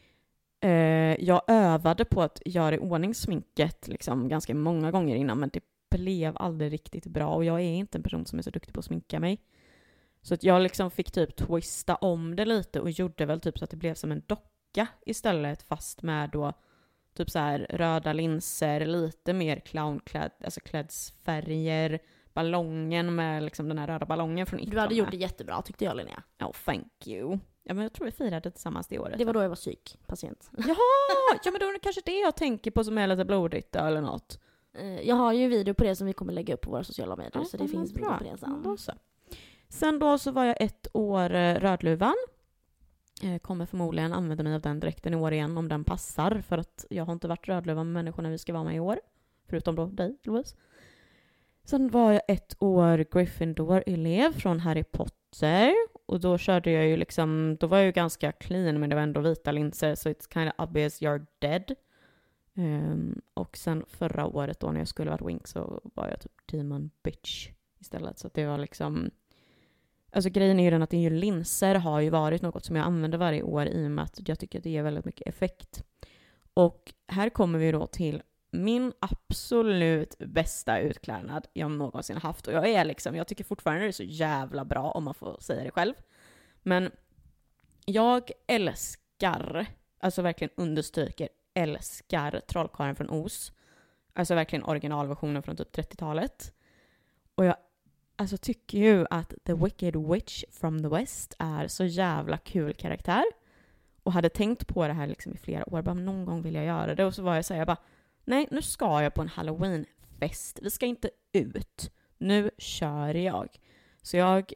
Uh, jag övade på att göra i ordning sminket liksom ganska många gånger innan men det blev aldrig riktigt bra och jag är inte en person som är så duktig på att sminka mig. Så att jag liksom fick typ twista om det lite och gjorde väl typ så att det blev som en docka istället fast med då typ så här röda linser, lite mer clownklädd, alltså klädsfärger, ballongen med liksom den här röda ballongen från It. Du hade gjort det jättebra tyckte jag, Linnea. Ja, oh, thank you. Ja, men jag tror vi firade tillsammans det året. Det var då jag var psykpatient. Jaha, ja men då är det kanske det jag tänker på som är lite blodigt eller något. Jag har ju en video på det som vi kommer lägga upp på våra sociala medier ja, så det finns bra på det sen. Då så. Sen då så var jag ett år Rödluvan. Jag kommer förmodligen använda mig av den dräkten i år igen om den passar. För att jag har inte varit Rödluvan med människorna vi ska vara med i år. Förutom då dig, Louise. Sen var jag ett år Gryffindor-elev från Harry Potter. Och då körde jag ju liksom, då var jag ju ganska clean men det var ändå vita linser. Så it's kind of obvious you're dead. Um, och sen förra året då när jag skulle varit Wink så var jag typ Demon Bitch istället. Så att det var liksom... Alltså grejen är ju den att det är ju linser har ju varit något som jag använder varje år i och med att jag tycker att det ger väldigt mycket effekt. Och här kommer vi då till min absolut bästa utklädnad jag någonsin haft. Och jag är liksom, jag tycker fortfarande det är så jävla bra om man får säga det själv. Men jag älskar, alltså verkligen understryker, älskar Trollkarlen från Oz. Alltså verkligen originalversionen från typ trettiotalet. Och jag alltså tycker ju att The Wicked Witch from the West är så jävla kul karaktär. Och hade tänkt på det här liksom i flera år. Bara någon gång vill jag göra det. Och så var jag så här, jag bara, nej nu ska jag på en Halloween-fest. Vi ska inte ut. Nu kör jag. Så jag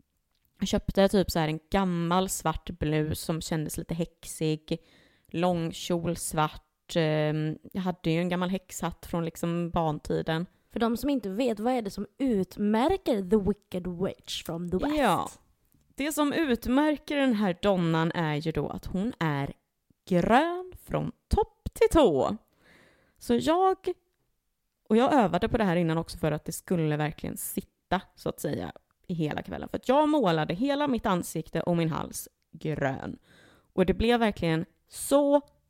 köpte typ så här en gammal svart blus som kändes lite häxig. Lång kjol svart. Jag hade ju en gammal häxhatt från liksom barntiden. För de som inte vet, vad är det som utmärker The Wicked Witch from the West? Ja, det som utmärker den här donnan är ju då att hon är grön från topp till tå. Så jag, och jag övade på det här innan också för att det skulle verkligen sitta så att säga i hela kvällen. För att jag målade hela mitt ansikte och min hals grön. Och det blev verkligen så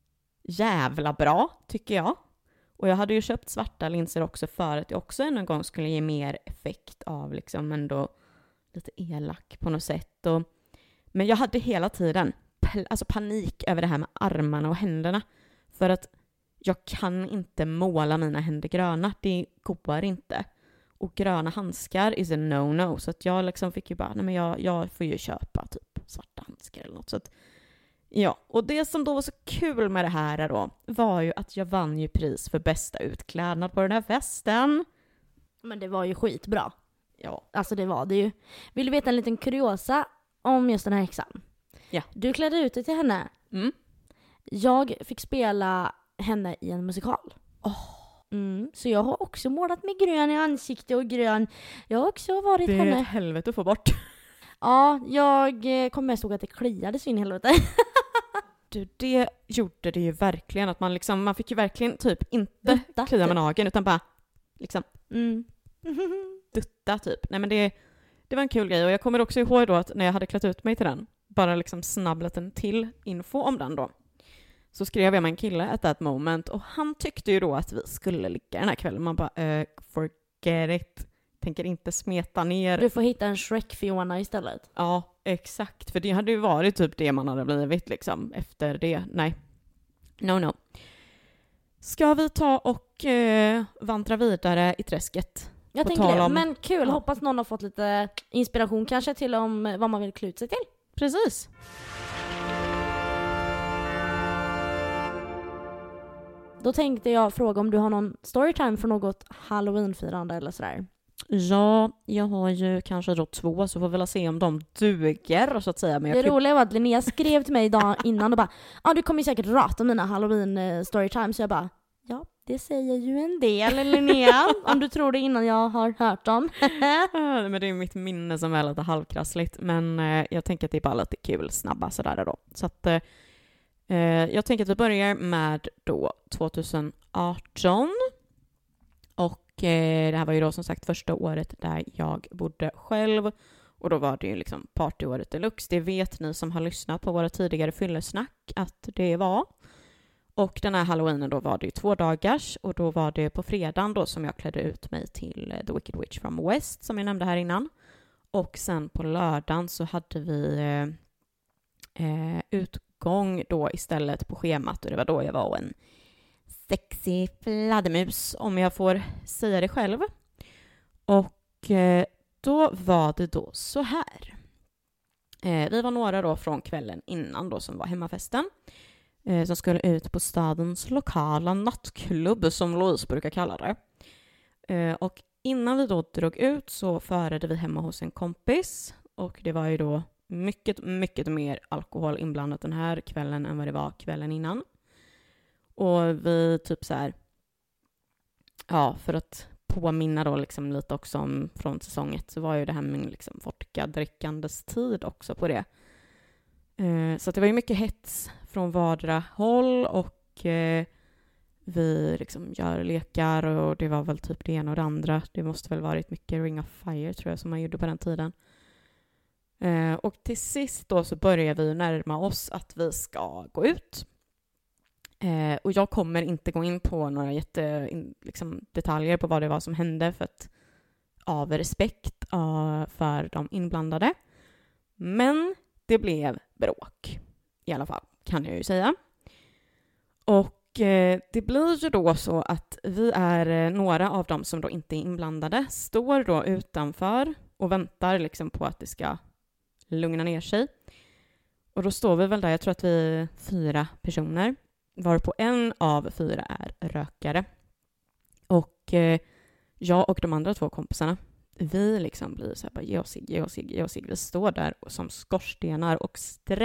jävla bra, tycker jag. Och jag hade ju köpt svarta linser också för att jag också en gång skulle ge mer effekt av liksom ändå lite elak på något sätt. Och, men jag hade hela tiden pl- alltså panik över det här med armarna och händerna. För att jag kan inte måla mina händer gröna. Det går inte. Och gröna handskar is a no-no. Så att jag liksom fick ju bara, nej men jag, jag får ju köpa typ svarta handskar eller något. Så att, ja, och det som då var så kul med det här då var ju att jag vann ju pris för bästa utklädnad på den här festen. Men det var ju skitbra. Ja. Alltså det var det ju. Vill du veta en liten kuriosa om just den här häxan? Ja. Du klädde ut dig till henne. Mm. Jag fick spela henne i en musikal. Oh. Mm. Så jag har också målat med grön i ansikte och grön. Jag har också varit det är henne. ett helvete att få bort. Ja, jag kom mest ihåg att det kliade så in i helvete. Du, det gjorde det ju verkligen. Att man liksom, man fick ju verkligen typ inte Dutta. klia med nageln utan bara liksom Mm. dutta typ. Nej men det, det var en kul grej. Och jag kommer också ihåg då att när jag hade klätt ut mig till den, bara liksom snabblat en till info om den då, så skrev jag med en kille at that moment och han tyckte ju då att vi skulle ligga den här kvällen. Man bara, uh, forget it. Tänker inte smeta ner. Du får hitta en Shrek-Fiona istället. Ja, exakt. För det hade ju varit typ det man hade blivit liksom efter det. Nej. No, no. Ska vi ta och eh, vandra vidare i träsket? Jag På tänker tal det. om- Men kul. Ja. Hoppas någon har fått lite inspiration kanske till om vad man vill klä ut sig till. Precis. Då tänkte jag fråga om du har någon storytime för något Halloween-firande eller sådär. Ja, jag har ju kanske då två, så får vi väl se om de duger så att säga. Men jag Det kan- roliga var att Linnea skrev till mig idag innan och bara ja ah, du kommer ju säkert rata mina Halloween eh, storytime. Så jag bara ja, det säger ju en del Linnea. Om du tror det innan jag har hört dem. Ah, men det är mitt minne som är lite halvkrassligt. Men eh, jag tänker att det är bara lite kul, snabba sådär då. Så att eh, eh, jag tänker att vi börjar med då tjugoarton. Och eh, det här var ju då som sagt första året där jag bodde själv. Och då var det ju liksom partyåret deluxe. Det vet ni som har lyssnat på våra tidigare fyllesnack att det var. Och den här halloweenen då var det ju två dagars. Och då var det på fredagen då som jag klädde ut mig till eh, The Wicked Witch from West som jag nämnde här innan. Och sen på lördagen så hade vi eh, eh, utgång då istället på schemat. Och det var då jag var en sexy fladdermus, om jag får säga det själv. Och eh, då var det då så här. Eh, vi var några då från kvällen innan då som var hemmafesten. Eh, som skulle ut på stadens lokala nattklubb som Louise brukar kalla det. Eh, och innan vi då drog ut så förade vi hemma hos en kompis. Och det var ju då mycket, mycket mer alkohol inblandat den här kvällen än vad det var kvällen innan. Och vi typ så här, ja, för att påminna då liksom lite också om från säsong ett så var ju det här med liksom vodka-drickandes tid också på det. Eh, så att det var ju mycket hets från vardera håll och eh, vi liksom gör lekar och det var väl typ det ena och det andra. Det måste väl varit mycket Ring of Fire tror jag som man gjorde på den tiden. Eh, och till sist då så börjar vi närma oss att vi ska gå ut. Eh, och jag kommer inte gå in på några jätte, in, liksom, detaljer på vad det var som hände för att, av respekt uh, för de inblandade. Men det blev bråk. I alla fall, kan jag ju säga. Och eh, det blir ju då så att vi är eh, några av dem som då inte är inblandade står då utanför och väntar liksom på att det ska lugna ner sig. Och då står vi väl där, jag tror att vi är fyra personer. Varpå en av fyra är rökare. Och eh, jag och de andra två kompisarna, vi liksom blir så här, bara, ge oss sig, ge oss sig, ge oss sig. Vi står där som skorstenar och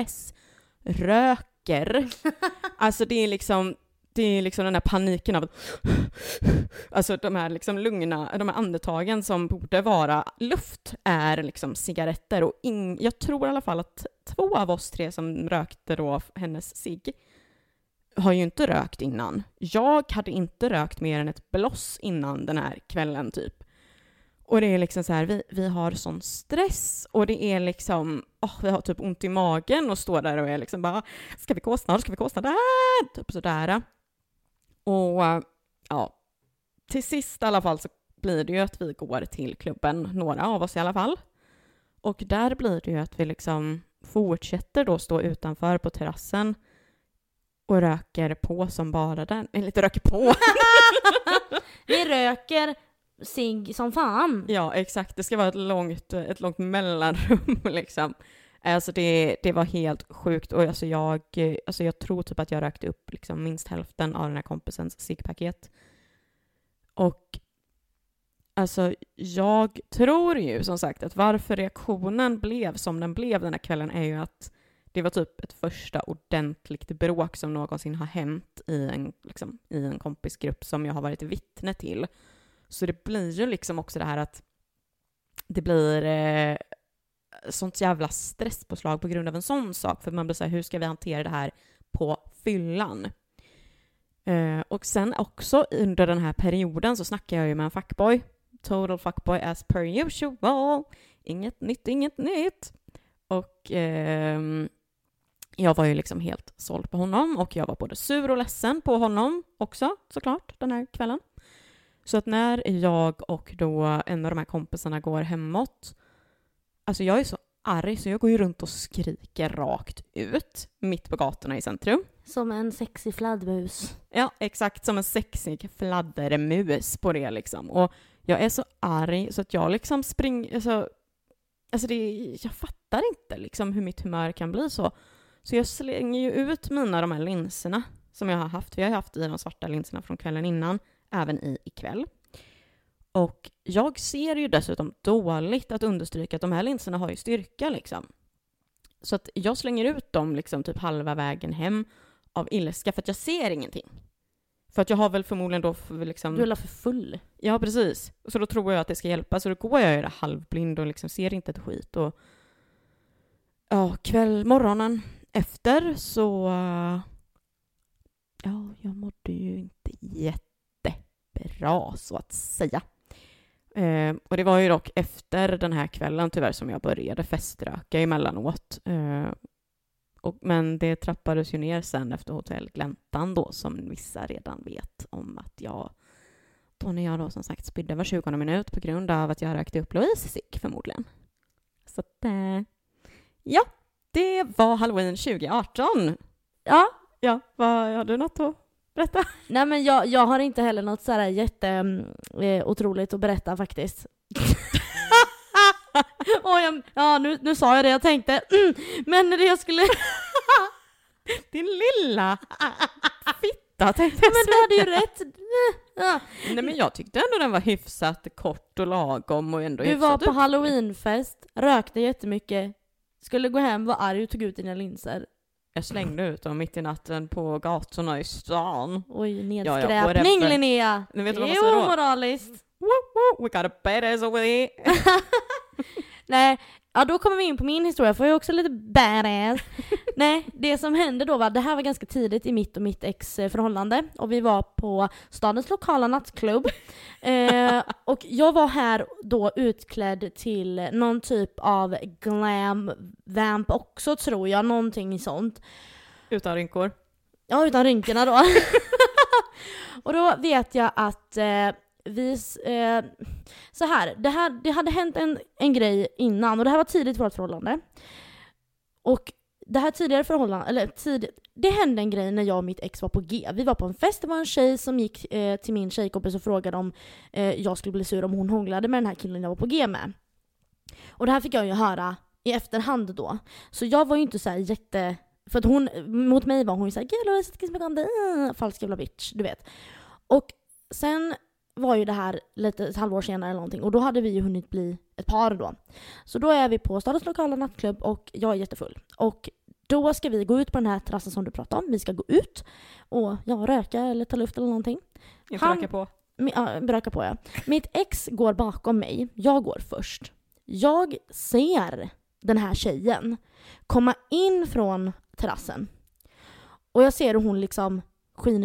stressröker. Alltså det är liksom, det är liksom den här paniken av alltså de här liksom lugna, de här andetagen som borde vara luft är liksom cigaretter. Och in, jag tror i alla fall att två av oss tre som rökte då hennes cigg har ju inte rökt innan. Jag hade inte rökt mer än ett bloss innan den här kvällen typ. Och det är liksom så här, vi, vi har sån stress och det är liksom, oh, vi har typ ont i magen och står där och är liksom bara, ska vi gå snart, ska vi gå snart, där? Typ sådär. Och ja, till sist i alla fall så blir det ju att vi går till klubben, några av oss i alla fall. Och där blir det ju att vi liksom fortsätter då stå utanför på terrassen och röker på som bara den. Eller lite röker på. Vi röker cigg som fan. Ja, exakt. Det ska vara ett långt, ett långt mellanrum liksom. Alltså det, det var helt sjukt. Och alltså jag, alltså jag tror typ att jag rökte upp liksom minst hälften av den här kompisens ciggpaket. Och alltså jag tror ju som sagt att varför reaktionen blev som den blev den här kvällen är ju att det var typ ett första ordentligt bråk som någonsin har hänt i en, liksom, i en kompisgrupp som jag har varit vittne till. Så det blir ju liksom också det här att det blir eh, sånt jävla stresspåslag på grund av en sån sak. För man blir så här, hur ska vi hantera det här på fyllan? Eh, och sen också under den här perioden så snackar jag ju med en fuckboy. Total fuckboy as per usual. Inget nytt, inget nytt. Och eh, jag var ju liksom helt såld på honom. Och jag var både sur och ledsen på honom också, såklart, den här kvällen. Så att när jag och då en av de här kompisarna går hemåt, alltså jag är så arg så jag går ju runt och skriker rakt ut mitt på gatorna i centrum. Som en sexig fladdermus. Ja, exakt, som en sexig fladdermus på det liksom. Och jag är så arg så att jag liksom springer, alltså, alltså det, jag fattar inte liksom hur mitt humör kan bli så. Så jag slänger ju ut mina de här linserna som jag har haft. Vi har haft i de svarta linserna från kvällen innan. Även i ikväll. Och jag ser ju dessutom dåligt att understryka att de här linserna har ju styrka liksom. Så att jag slänger ut dem liksom typ halva vägen hem av ilska för att jag ser ingenting. För att jag har väl förmodligen då för liksom... Du är för full. Ja, precis. Så då tror jag att det ska hjälpa. Så då går jag ju där halvblind och liksom ser inte ett skit. Och ja, kväll, morgonen efter så... Ja, jag mådde ju inte jätte bra så att säga. Eh, och det var ju dock efter den här kvällen tyvärr som jag började feströka emellanåt. Eh, och, men det trappades ju ner sen efter Hotell Gläntan då som vissa redan vet om att jag då när jag då som sagt spydde var tjugonde minut på grund av att jag rökte upp Louise sick förmodligen. Så att eh, ja, det var Halloween tjugo arton. Ja. Ja, vad, har du något att berätta? Nej men jag, jag har inte heller något sådär jätte eh, otroligt att berätta faktiskt. oh, jag, ja, nu, nu sa jag det jag tänkte. Mm, men det jag skulle... Din lilla fitta tänkte jag men du hade ju rätt. Ja. Nej men jag tyckte ändå den var hyfsat kort och lagom och ändå du hyfsat var på upp. Halloweenfest, rökte jättemycket, skulle gå hem, var arg och tog ut dina linser. Jag slängde ut dem mitt i natten på gatorna i stan. Oj, Ja, nedskräpning ja, Linnea. Nu vet du vad det man säger är då? omoraliskt. Woo, woo, we got a badass over there. Nej, ja då kommer vi in på min historia för jag är också lite badass. Nej, det som hände då var, det här var ganska tidigt i mitt och mitt ex förhållande och vi var på stadens lokala nattklubb. eh, och jag var här då utklädd till någon typ av glam vamp också tror jag, någonting sånt. Utan rynkor. Ja, utan rynkorna då. Och då vet jag att eh, vi, eh, så här, det, här, det hade hänt en, en grej innan och det här var tidigt i vårt förhållande. Och det här tidigare förhållandet, eller tid, det hände en grej när jag och mitt ex var på G. Vi var på en fest, det var en tjej som gick eh, till min tjejkompis och frågade om eh, jag skulle bli sur om hon hånglade med den här killen jag var på G med. Och det här fick jag ju höra i efterhand då. Så jag var ju inte så här jätte... För att hon, mot mig var hon ju såhär, gud jag har sett om det, uh, falsk jävla bitch, du vet. Och sen var ju det här lite ett halvår senare eller någonting. Och då hade vi ju hunnit bli ett par då. Så då är vi på stadens lokala nattklubb och jag är jättefull. Och då ska vi gå ut på den här terrassen som du pratade om. Vi ska gå ut och ja, röka eller ta luft eller någonting. Inte röka på. Ja, röka på ja. Mitt ex går bakom mig. Jag går först. Jag ser den här tjejen komma in från terrassen. Och jag ser hur hon liksom skiner upp.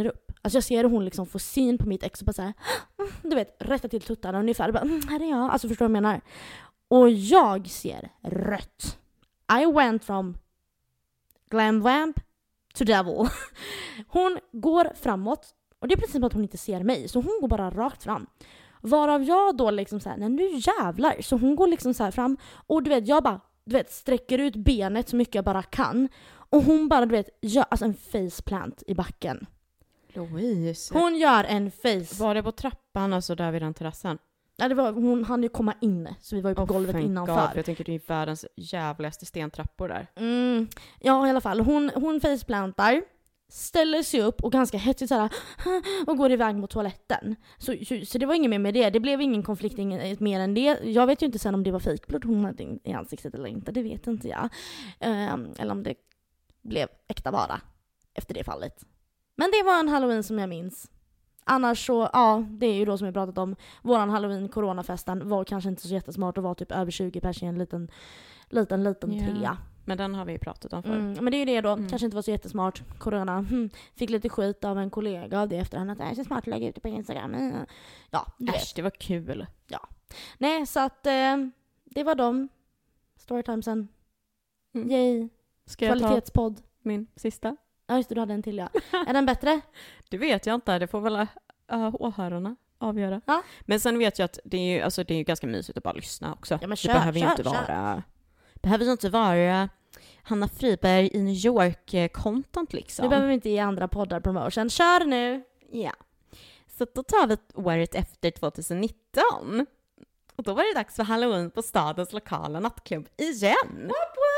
Alltså jag ser hur hon liksom får syn på mitt ex och bara såhär, du vet, rätta till tuttarna ungefär. Och bara, mm, här är jag. Alltså förstår du vad jag menar? Och jag ser rött. I went from glam vamp to devil. Hon går framåt. Och det är precis som att hon inte ser mig. Så hon går bara rakt fram. Varav jag då liksom såhär, nej nu jävlar. Så hon går liksom så här fram. Och du vet, jag bara, du vet, sträcker ut benet så mycket jag bara kan. Och hon bara, du vet, gör alltså en faceplant i backen. Louise. Hon gör en face. Var det på trappan, alltså där vid den terrassen? Ja, det var, hon hann ju komma in. Så vi var ju på oh, golvet innanför. God, för jag tänker det är världens jävligaste stentrappor där. Mm, ja, i alla fall. Hon, hon faceplantar. Ställer sig upp och ganska hetsigt såhär och går iväg mot toaletten. Så, så, så det var inget mer med det. Det blev ingen konflikt ingen, mer än det. Jag vet ju inte sen om det var fejkblod hon hade i ansiktet eller inte. Det vet inte jag. Um, eller om det blev äkta vara efter det fallet. Men det var en Halloween som jag minns. Annars så, ja, det är ju då som jag pratat om. Våran Halloween-coronafesten var kanske inte så jättesmart och var typ över tjugo pers i en liten, liten, liten yeah. trea. Men den har vi pratat om förr. Mm, men det är ju det då. Mm. Kanske inte var så jättesmart. Corona. Mm. Fick lite skit av en kollega av det efterhand. Att det är så smart att lägga ut det på Instagram. Mm. Ja, du Äsch, vet. det var kul. Ja. Nej, så att eh, det var de. Storytimesen. Mm. Yay. Ska jag ta Kvalitetspodd. min sista? Ja, just det, du hade en till, ja. Är den bättre? Det vet jag inte. Det får väl uh, åhörarna avgöra. Ja. Men sen vet jag att det är ju, alltså, det är ju ganska mysigt att bara lyssna också. Ja, men kör, det behöver ju kör, inte kör. vara... behöver ju inte vara Hanna Friberg i New York-content liksom. Nu behöver vi inte ge andra poddar promotion. Kör nu! Ja. Så då tar vi året efter tjugonitton. Och då var det dags för Halloween på stadens lokala nattklubb igen.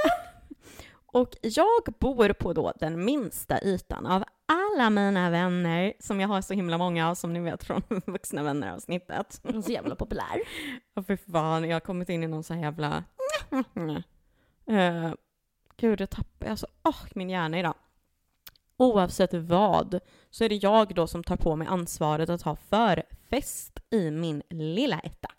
Och jag bor på då den minsta ytan av alla mina vänner, som jag har så himla många av, som ni vet från vuxna vänner-avsnittet. Hon är så jävla populär. Och för fan, jag har kommit in i någon så här jävla... uh, Gud, jag tappar alltså, oh, min hjärna idag. Oavsett vad så är det jag då som tar på mig ansvaret att ha förfest i min lilla etta.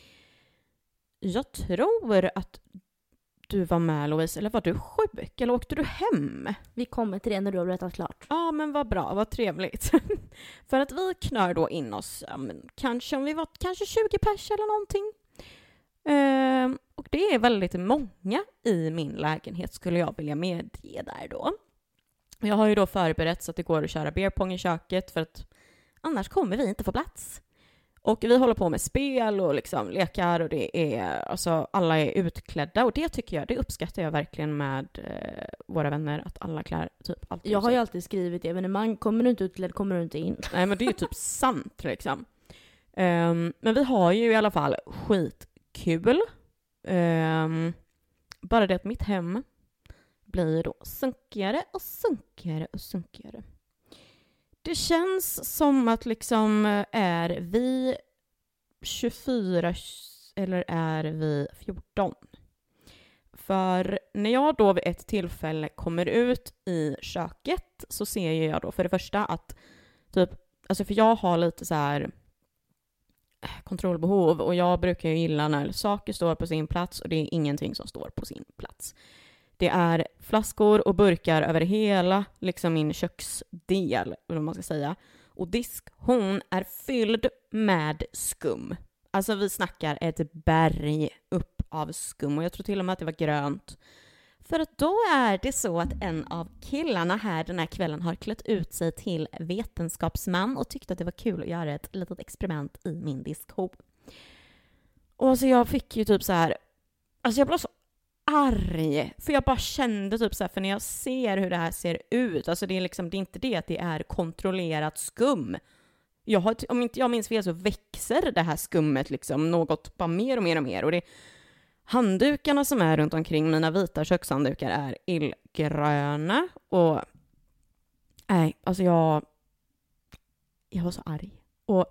Jag tror att du var med, Louise, eller var du sjuk? Eller åkte du hem? Vi kommer till det när du har berättat klart. Ja, men vad bra, vad trevligt. För att vi knör då in oss, ja, men kanske om vi var kanske tjugo pers eller någonting. Uh, och det är väldigt många i min lägenhet, skulle jag vilja medge där då. Jag har ju då förberett så att det går att köra beerpong i köket, för att annars kommer vi inte få plats. Och vi håller på med spel och liksom lekar, och det är, alltså alla är utklädda, och det tycker jag, det uppskattar jag verkligen med eh, våra vänner, att alla klär typ alltid. Jag har ju alltid skrivit i evenemang, kommer du inte utklädd kommer du inte in. Nej, men det är ju typ sant liksom. Um, men vi har ju i alla fall skitkul. Um, bara det att mitt hem blir då sunkigare och sunkigare och sunkigare. Det känns som att liksom, är vi tjugofyra eller är vi fjorton? För när jag då vid ett tillfälle kommer ut i köket så ser jag då för det första att typ, alltså för jag har lite så här kontrollbehov, och jag brukar ju gilla när saker står på sin plats, och det är ingenting som står på sin plats. Det är flaskor och burkar över hela liksom min köksdel, vad man ska säga. Och diskhon är fylld med skum. Alltså vi snackar ett berg upp av skum, och jag tror till och med att det var grönt. För att då är det så att en av killarna här den här kvällen har klätt ut sig till vetenskapsman och tyckte att det var kul att göra ett litet experiment i min diskhon. Och så jag fick ju typ så här, alltså jag blev så arg, för jag bara kände typ så här, för när jag ser hur det här ser ut, alltså det är liksom, det är inte det att det är kontrollerat skum. Jag har, om inte jag minns fel så växer det här skummet liksom något bara mer och mer och mer, och det handdukarna som är runt omkring mina vita kökshanddukar är illgröna, och nej, alltså jag jag var så arg. Och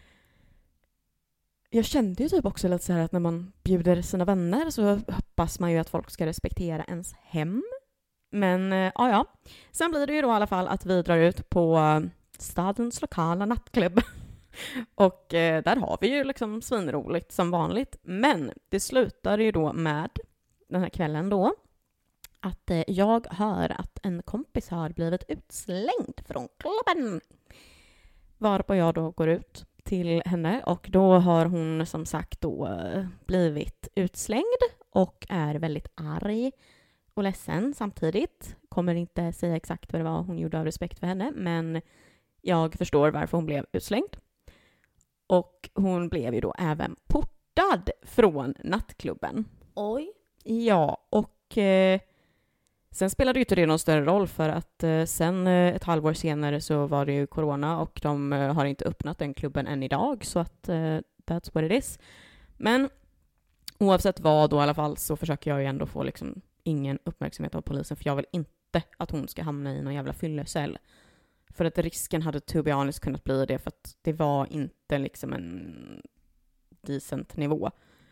jag kände ju typ också lite så här att när man bjuder sina vänner så hoppas man ju att folk ska respektera ens hem. Men ja, ja. Sen blir det ju då i alla fall att vi drar ut på stadens lokala nattklubb. Och eh, där har vi ju liksom svinroligt som vanligt. Men det slutar ju då med den här kvällen då att eh, jag hör att en kompis har blivit utslängd från klubben. Varpå jag då går ut till henne och då har hon som sagt då blivit utslängd och är väldigt arg och ledsen samtidigt. Kommer inte säga exakt vad det var hon gjorde av respekt för henne, men jag förstår varför hon blev utslängd. Och hon blev ju då även portad från nattklubben. Oj. Ja, och eh, sen spelade ju inte det någon större roll för att eh, sen eh, ett halvår senare så var det ju corona och de eh, har inte öppnat den klubben än idag, så att eh, that's what it is. Men oavsett vad då i alla fall så försöker jag ju ändå få liksom ingen uppmärksamhet av polisen, för jag vill inte att hon ska hamna i någon jävla fyllecell. För att risken hade to be honest kunnat bli det, för att det var inte liksom en decent nivå.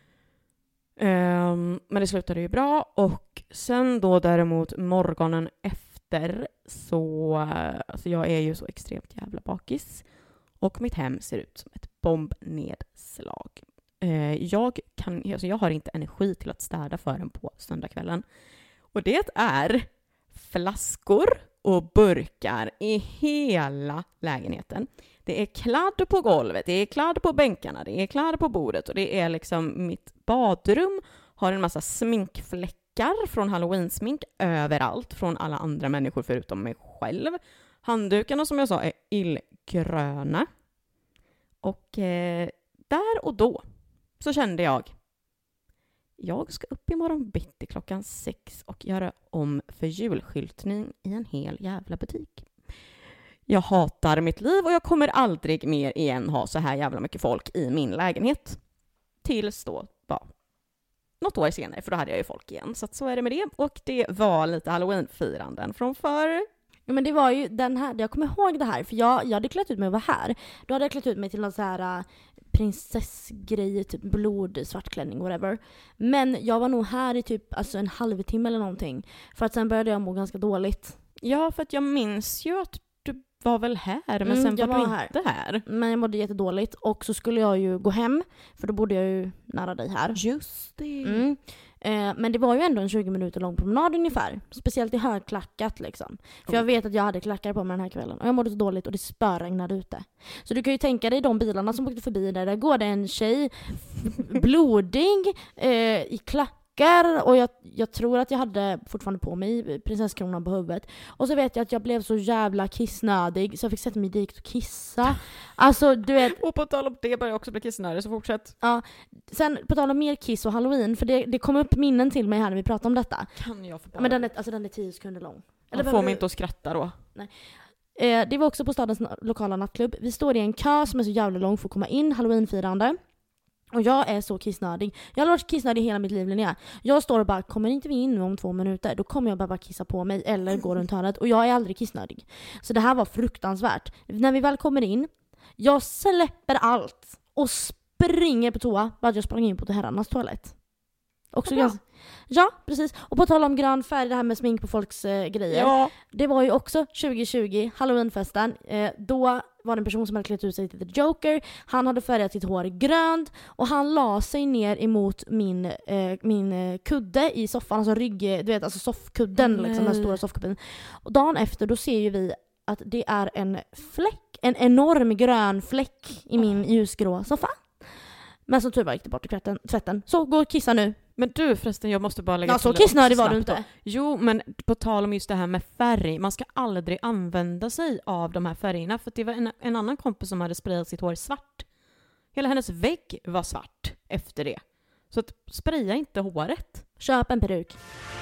Um, men det slutade ju bra, och sen då däremot morgonen efter så, alltså jag är ju så extremt jävla bakis och mitt hem ser ut som ett bombnedslag. Uh, jag, kan, alltså jag har inte energi till att städa förrän på söndagskvällen. Och det är flaskor och burkar i hela lägenheten. Det är kladd på golvet, det är kladd på bänkarna, det är kladd på bordet och det är liksom mitt badrum har en massa sminkfläckar från Halloween-smink överallt från alla andra människor förutom mig själv. Handdukarna som jag sa är illgröna. Och eh, där och då så kände jag jag ska upp imorgon bitti klockan sex och göra om för julskyltning i en hel jävla butik. Jag hatar mitt liv och jag kommer aldrig mer igen ha så här jävla mycket folk i min lägenhet. Tills då, bara något år senare, för då hade jag ju folk igen. Så att så är det med det. Och det var lite Halloween-firanden från förr. Ja, men det var ju den här, jag kommer ihåg det här, för jag, jag hade klätt ut mig att vara här. Då hade jag klätt ut mig till någon så här uh, prinsessgrej, typ blod, svartklänning, whatever. Men jag var nog här i typ alltså en halvtimme eller någonting. För att sen började jag må ganska dåligt. Ja, för att jag minns ju att du var väl här, men Mm, sen jag var du var inte här. Men jag mådde jättedåligt och så skulle jag ju gå hem, för då bodde jag ju nära dig här. Just det. Mm. Eh, men det var ju ändå en tjugo minuter lång promenad ungefär. Speciellt i högklackat liksom. För jag vet att jag hade klackar på mig den här kvällen. Och jag mådde så dåligt och det spöregnade ute. Så du kan ju tänka dig de bilarna som åkte förbi där. Där går det en tjej blodig eh, i klackar. Och jag, jag tror att jag hade fortfarande på mig prinsesskronan på huvudet. Och så vet jag att jag blev så jävla kissnödig så jag fick sätta mig dit och kissa. Alltså du vet. Och på tal om det började jag också bli kissnödig, så fortsätt. Ja, sen på tal om mer kiss och Halloween, för det, det kom upp minnen till mig här när vi pratade om detta. Kan jag få bara... Men den är, alltså den är tio sekunder lång. Eller får mig inte att skratta då. Nej. Eh, det var också på stadens lokala nattklubb. Vi står i en kö som är så jävla lång för att komma in, Halloweenfirande. Och jag är så kissnödig. Jag har varit kissnödig hela mitt liv, Linnea. Jag står och bara, kommer inte vi in nu om två minuter, då kommer jag bara, bara kissa på mig eller gå runt hörnet. Och jag är aldrig kissnödig. Så det här var fruktansvärt. När vi väl kommer in, jag släpper allt och springer på toa. Bara jag sprang in på herrarnas toalett. Också ganska... Ja, precis. Och på tal om grön färg, det här med smink på folks eh, grejer. Ja. Det var ju också tjugo tjugo, Halloweenfesten. Eh, då var det en person som hade klätt ut sig till The Joker. Han hade färgat sitt hår grönt och han la sig ner emot min, eh, min eh, kudde i soffan. Alltså rygg, du vet, alltså soffkudden, Mm. liksom, den stora soffkudden. Och dagen efter, då ser ju vi att det är en fläck, en enorm grön fläck i min ljusgrå soffa. Men som tur var gick det bort i tvätten. tvätten. Så gå och kissa nu. Men du förresten, jag måste bara lägga Ja, så till kissnödig var du snabbt då. inte. Jo, men på tal om just det här med färg. Man ska aldrig använda sig av de här färgerna. För det var en, en annan kompis som hade sprayat sitt hår svart. Hela hennes vägg var svart efter det. Så att spraya inte håret. Köp en peruk.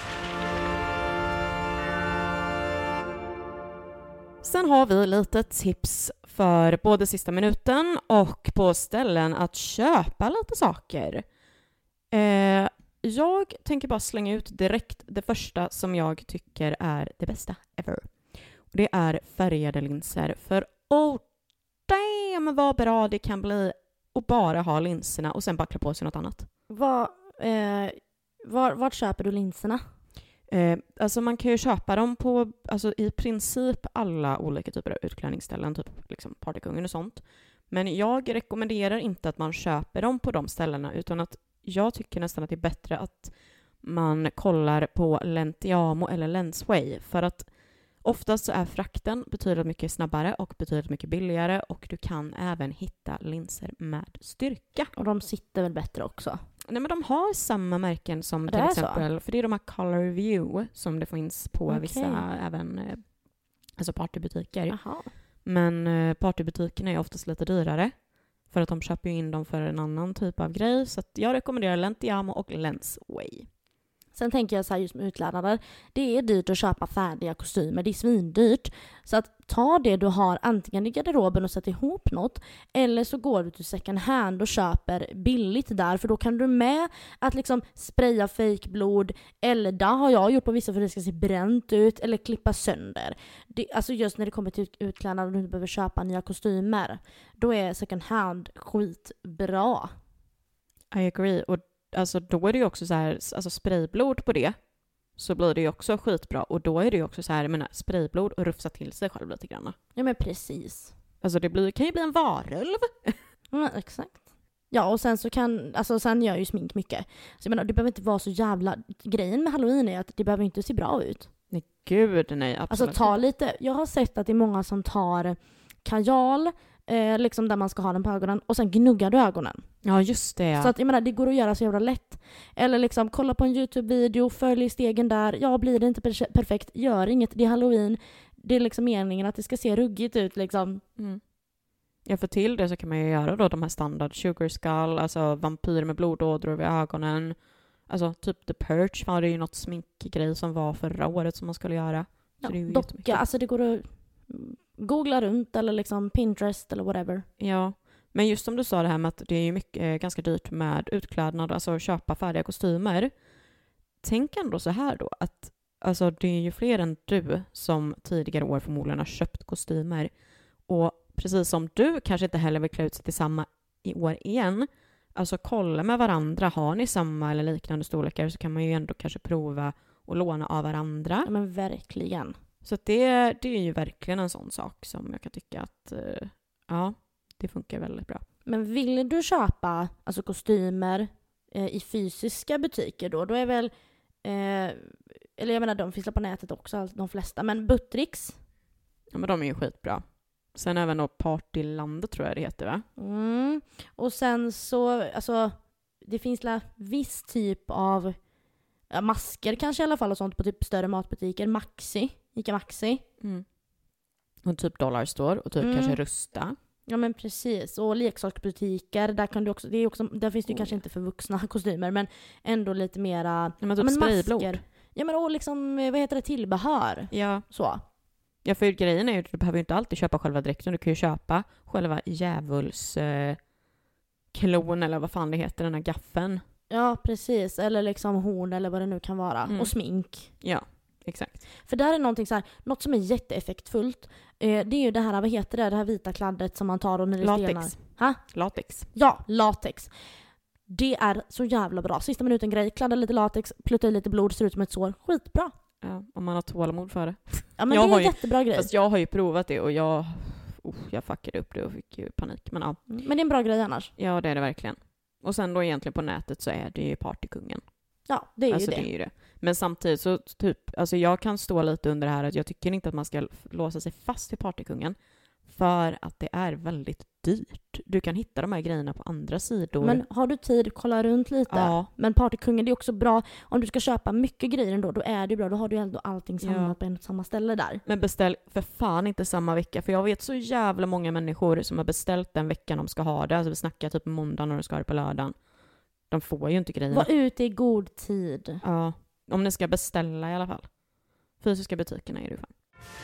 Sen har vi lite tips för både sista minuten och på ställen att köpa lite saker. Eh, jag tänker bara slänga ut direkt det första som jag tycker är det bästa ever. Och det är färgade linser. För oh damn vad bra det kan bli att bara ha linserna och sen bara klä på sig något annat. Var, eh, var, vart köper du linserna? Eh, alltså man kan ju köpa dem på alltså i princip alla olika typer av utklädningsställen, typ liksom Partykungen och sånt. Men jag rekommenderar inte att man köper dem på de ställena, utan att jag tycker nästan att det är bättre att man kollar på Lentiamo eller Lensway. För att Oftast så är frakten betydligt mycket snabbare och betydligt mycket billigare och du kan även hitta linser med styrka. Och de sitter väl bättre också? Nej, men de har samma märken som Det till är exempel, för det är de här Color View som det finns på Okej. vissa även eh, alltså partybutiker. Jaha. Men eh, partybutikerna är oftast lite dyrare för att de köper ju in dem för en annan typ av grej. Så att jag rekommenderar Lentiamo och Lensway. Sen tänker jag så här just med utklädnader. Det är dyrt att köpa färdiga kostymer. Det är svindyrt. Så att ta det du har antingen i garderoben och sätta ihop något. Eller så går du till second hand och köper billigt där. För då kan du med att liksom spraya fejkblod. Eller där har jag gjort på vissa för att det ska se bränt ut. Eller klippa sönder. Det, alltså just när det kommer till utklädnader och du inte behöver köpa nya kostymer. Då är second hand skitbra. I agree. Och alltså då är det ju också så här, alltså sprayblod på det så blir det ju också skitbra. Och då är det ju också så här, jag menar, sprayblod och rufsa till sig själv lite grann. Ja men precis. Alltså det blir, kan ju bli en varulv. Ja, exakt. Ja, och sen så kan, alltså sen gör jag ju smink mycket. Så jag menar, det behöver inte vara så jävla, grejen med Halloween är att det behöver inte se bra ut. Nej, gud, nej, absolut. Alltså ta lite, jag har sett att det är många som tar kajal, eh, liksom där man ska ha den på ögonen, och sen gnuggar du ögonen. Ja, just det. Ja. Så att jag menar, det går att göra så jävla lätt. Eller liksom, kolla på en YouTube-video, följ stegen där. Ja, blir det inte per- perfekt, gör inget. Det är Halloween. Det är liksom meningen att det ska se ruggigt ut liksom. Mm. Ja, för till det så kan man ju göra då de här standard sugar skull, alltså vampyr med blodådror vid ögonen. Alltså typ The Purge var det ju något sminkgrej som var förra året som man skulle göra. Så Ja, det är ju docka, alltså det går att googla runt eller liksom Pinterest eller whatever. Ja, men just som du sa det här med att det är ju mycket, eh, ganska dyrt med utklädnad, alltså köpa färdiga kostymer. Tänk ändå så här då, att alltså, det är ju fler än du som tidigare år förmodligen har köpt kostymer. Och precis som du kanske inte heller vill klä ut sig till samma i år igen, alltså kolla med varandra, har ni samma eller liknande storlekar så kan man ju ändå kanske prova och låna av varandra. Ja men verkligen. Så att det, det är ju verkligen en sån sak som jag kan tycka att eh, ja, det funkar väldigt bra. Men vill du köpa alltså kostymer eh, i fysiska butiker då, då är väl eh, eller jag menar de finns på nätet också, de flesta, men Buttricks. Ja, men de är ju skitbra. Sen även då Partylandet tror jag det heter, va? Mm. Och sen så, alltså det finns la viss typ av ja, masker kanske i alla fall och sånt på typ större matbutiker. Maxi, Ica Maxi. Mm. Och typ Dollarstore och typ Mm. kanske Rusta. Ja men precis. Och leksaksbutiker, där kan du också, det är också, där finns det ju Oh. kanske inte för vuxna kostymer men ändå lite mera Ja, men typ ja, men sprayblod. masker. Ja men och liksom, vad heter det, tillbehör. Ja. Så. Ja, för grejen är ju att du behöver ju inte alltid köpa själva dräkten. Du kan ju köpa själva djävuls eh, klon eller vad fan det heter, den här gaffeln. Ja precis. Eller liksom horn eller vad det nu kan vara. Mm. Och smink. Ja, exakt. För där är någonting så här, något som är jätteeffektfullt. Eh, det är ju det här, vad heter det, det här vita kladdet som man tar och när det stelnar. Latex. Ha? Latex. Ja, latex. Det är så jävla bra. Sista minuten grej, kladda lite latex, plutta i lite blod, ser ut som ett sår. Skitbra. Ja, om man har tålamod för det. Ja men Jag det är har en ju- jättebra grej. Fast jag har ju provat det och jag, oh, jag fuckade upp det och fick ju panik. Men ja, Mm, Men det är en bra grej annars. ja, det är det verkligen. Och sen då egentligen på nätet så är det ju partykungen. Ja, det är alltså ju det. det är ju det. Men samtidigt så typ, alltså jag kan stå lite under det här att jag tycker inte att man ska låsa sig fast vid partykungen. För att det är väldigt dyrt. Du kan hitta de här grejerna på andra sidor. Men har du tid, kolla runt lite. ja, Men partykungen, det är också bra. Om du ska köpa mycket grejer ändå, då är det bra. Då har du ändå allting samlat Ja. på en och samma ställe där. men beställ för fan inte samma vecka. För jag vet så jävla många människor som har beställt den veckan de ska ha det. Alltså vi snackar typ måndag när de ska ha det på lördagen. De får ju inte grejerna. Var ute i god tid. Ja, om ni ska beställa i alla fall. Fysiska butikerna är det ju fan.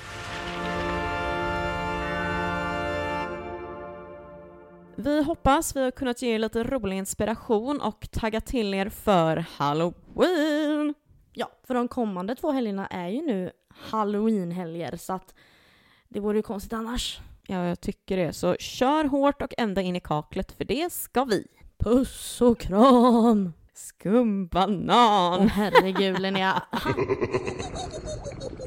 Vi hoppas vi har kunnat ge er lite rolig inspiration och tagga till er för Halloween. Ja, för de kommande två helgerna är ju nu Halloween-helger, så att det vore ju konstigt annars. Ja, jag tycker det. Så kör hårt och ända in i kaklet, för det ska vi. Puss och kram! Skumbanan! Åh herregud Linnea.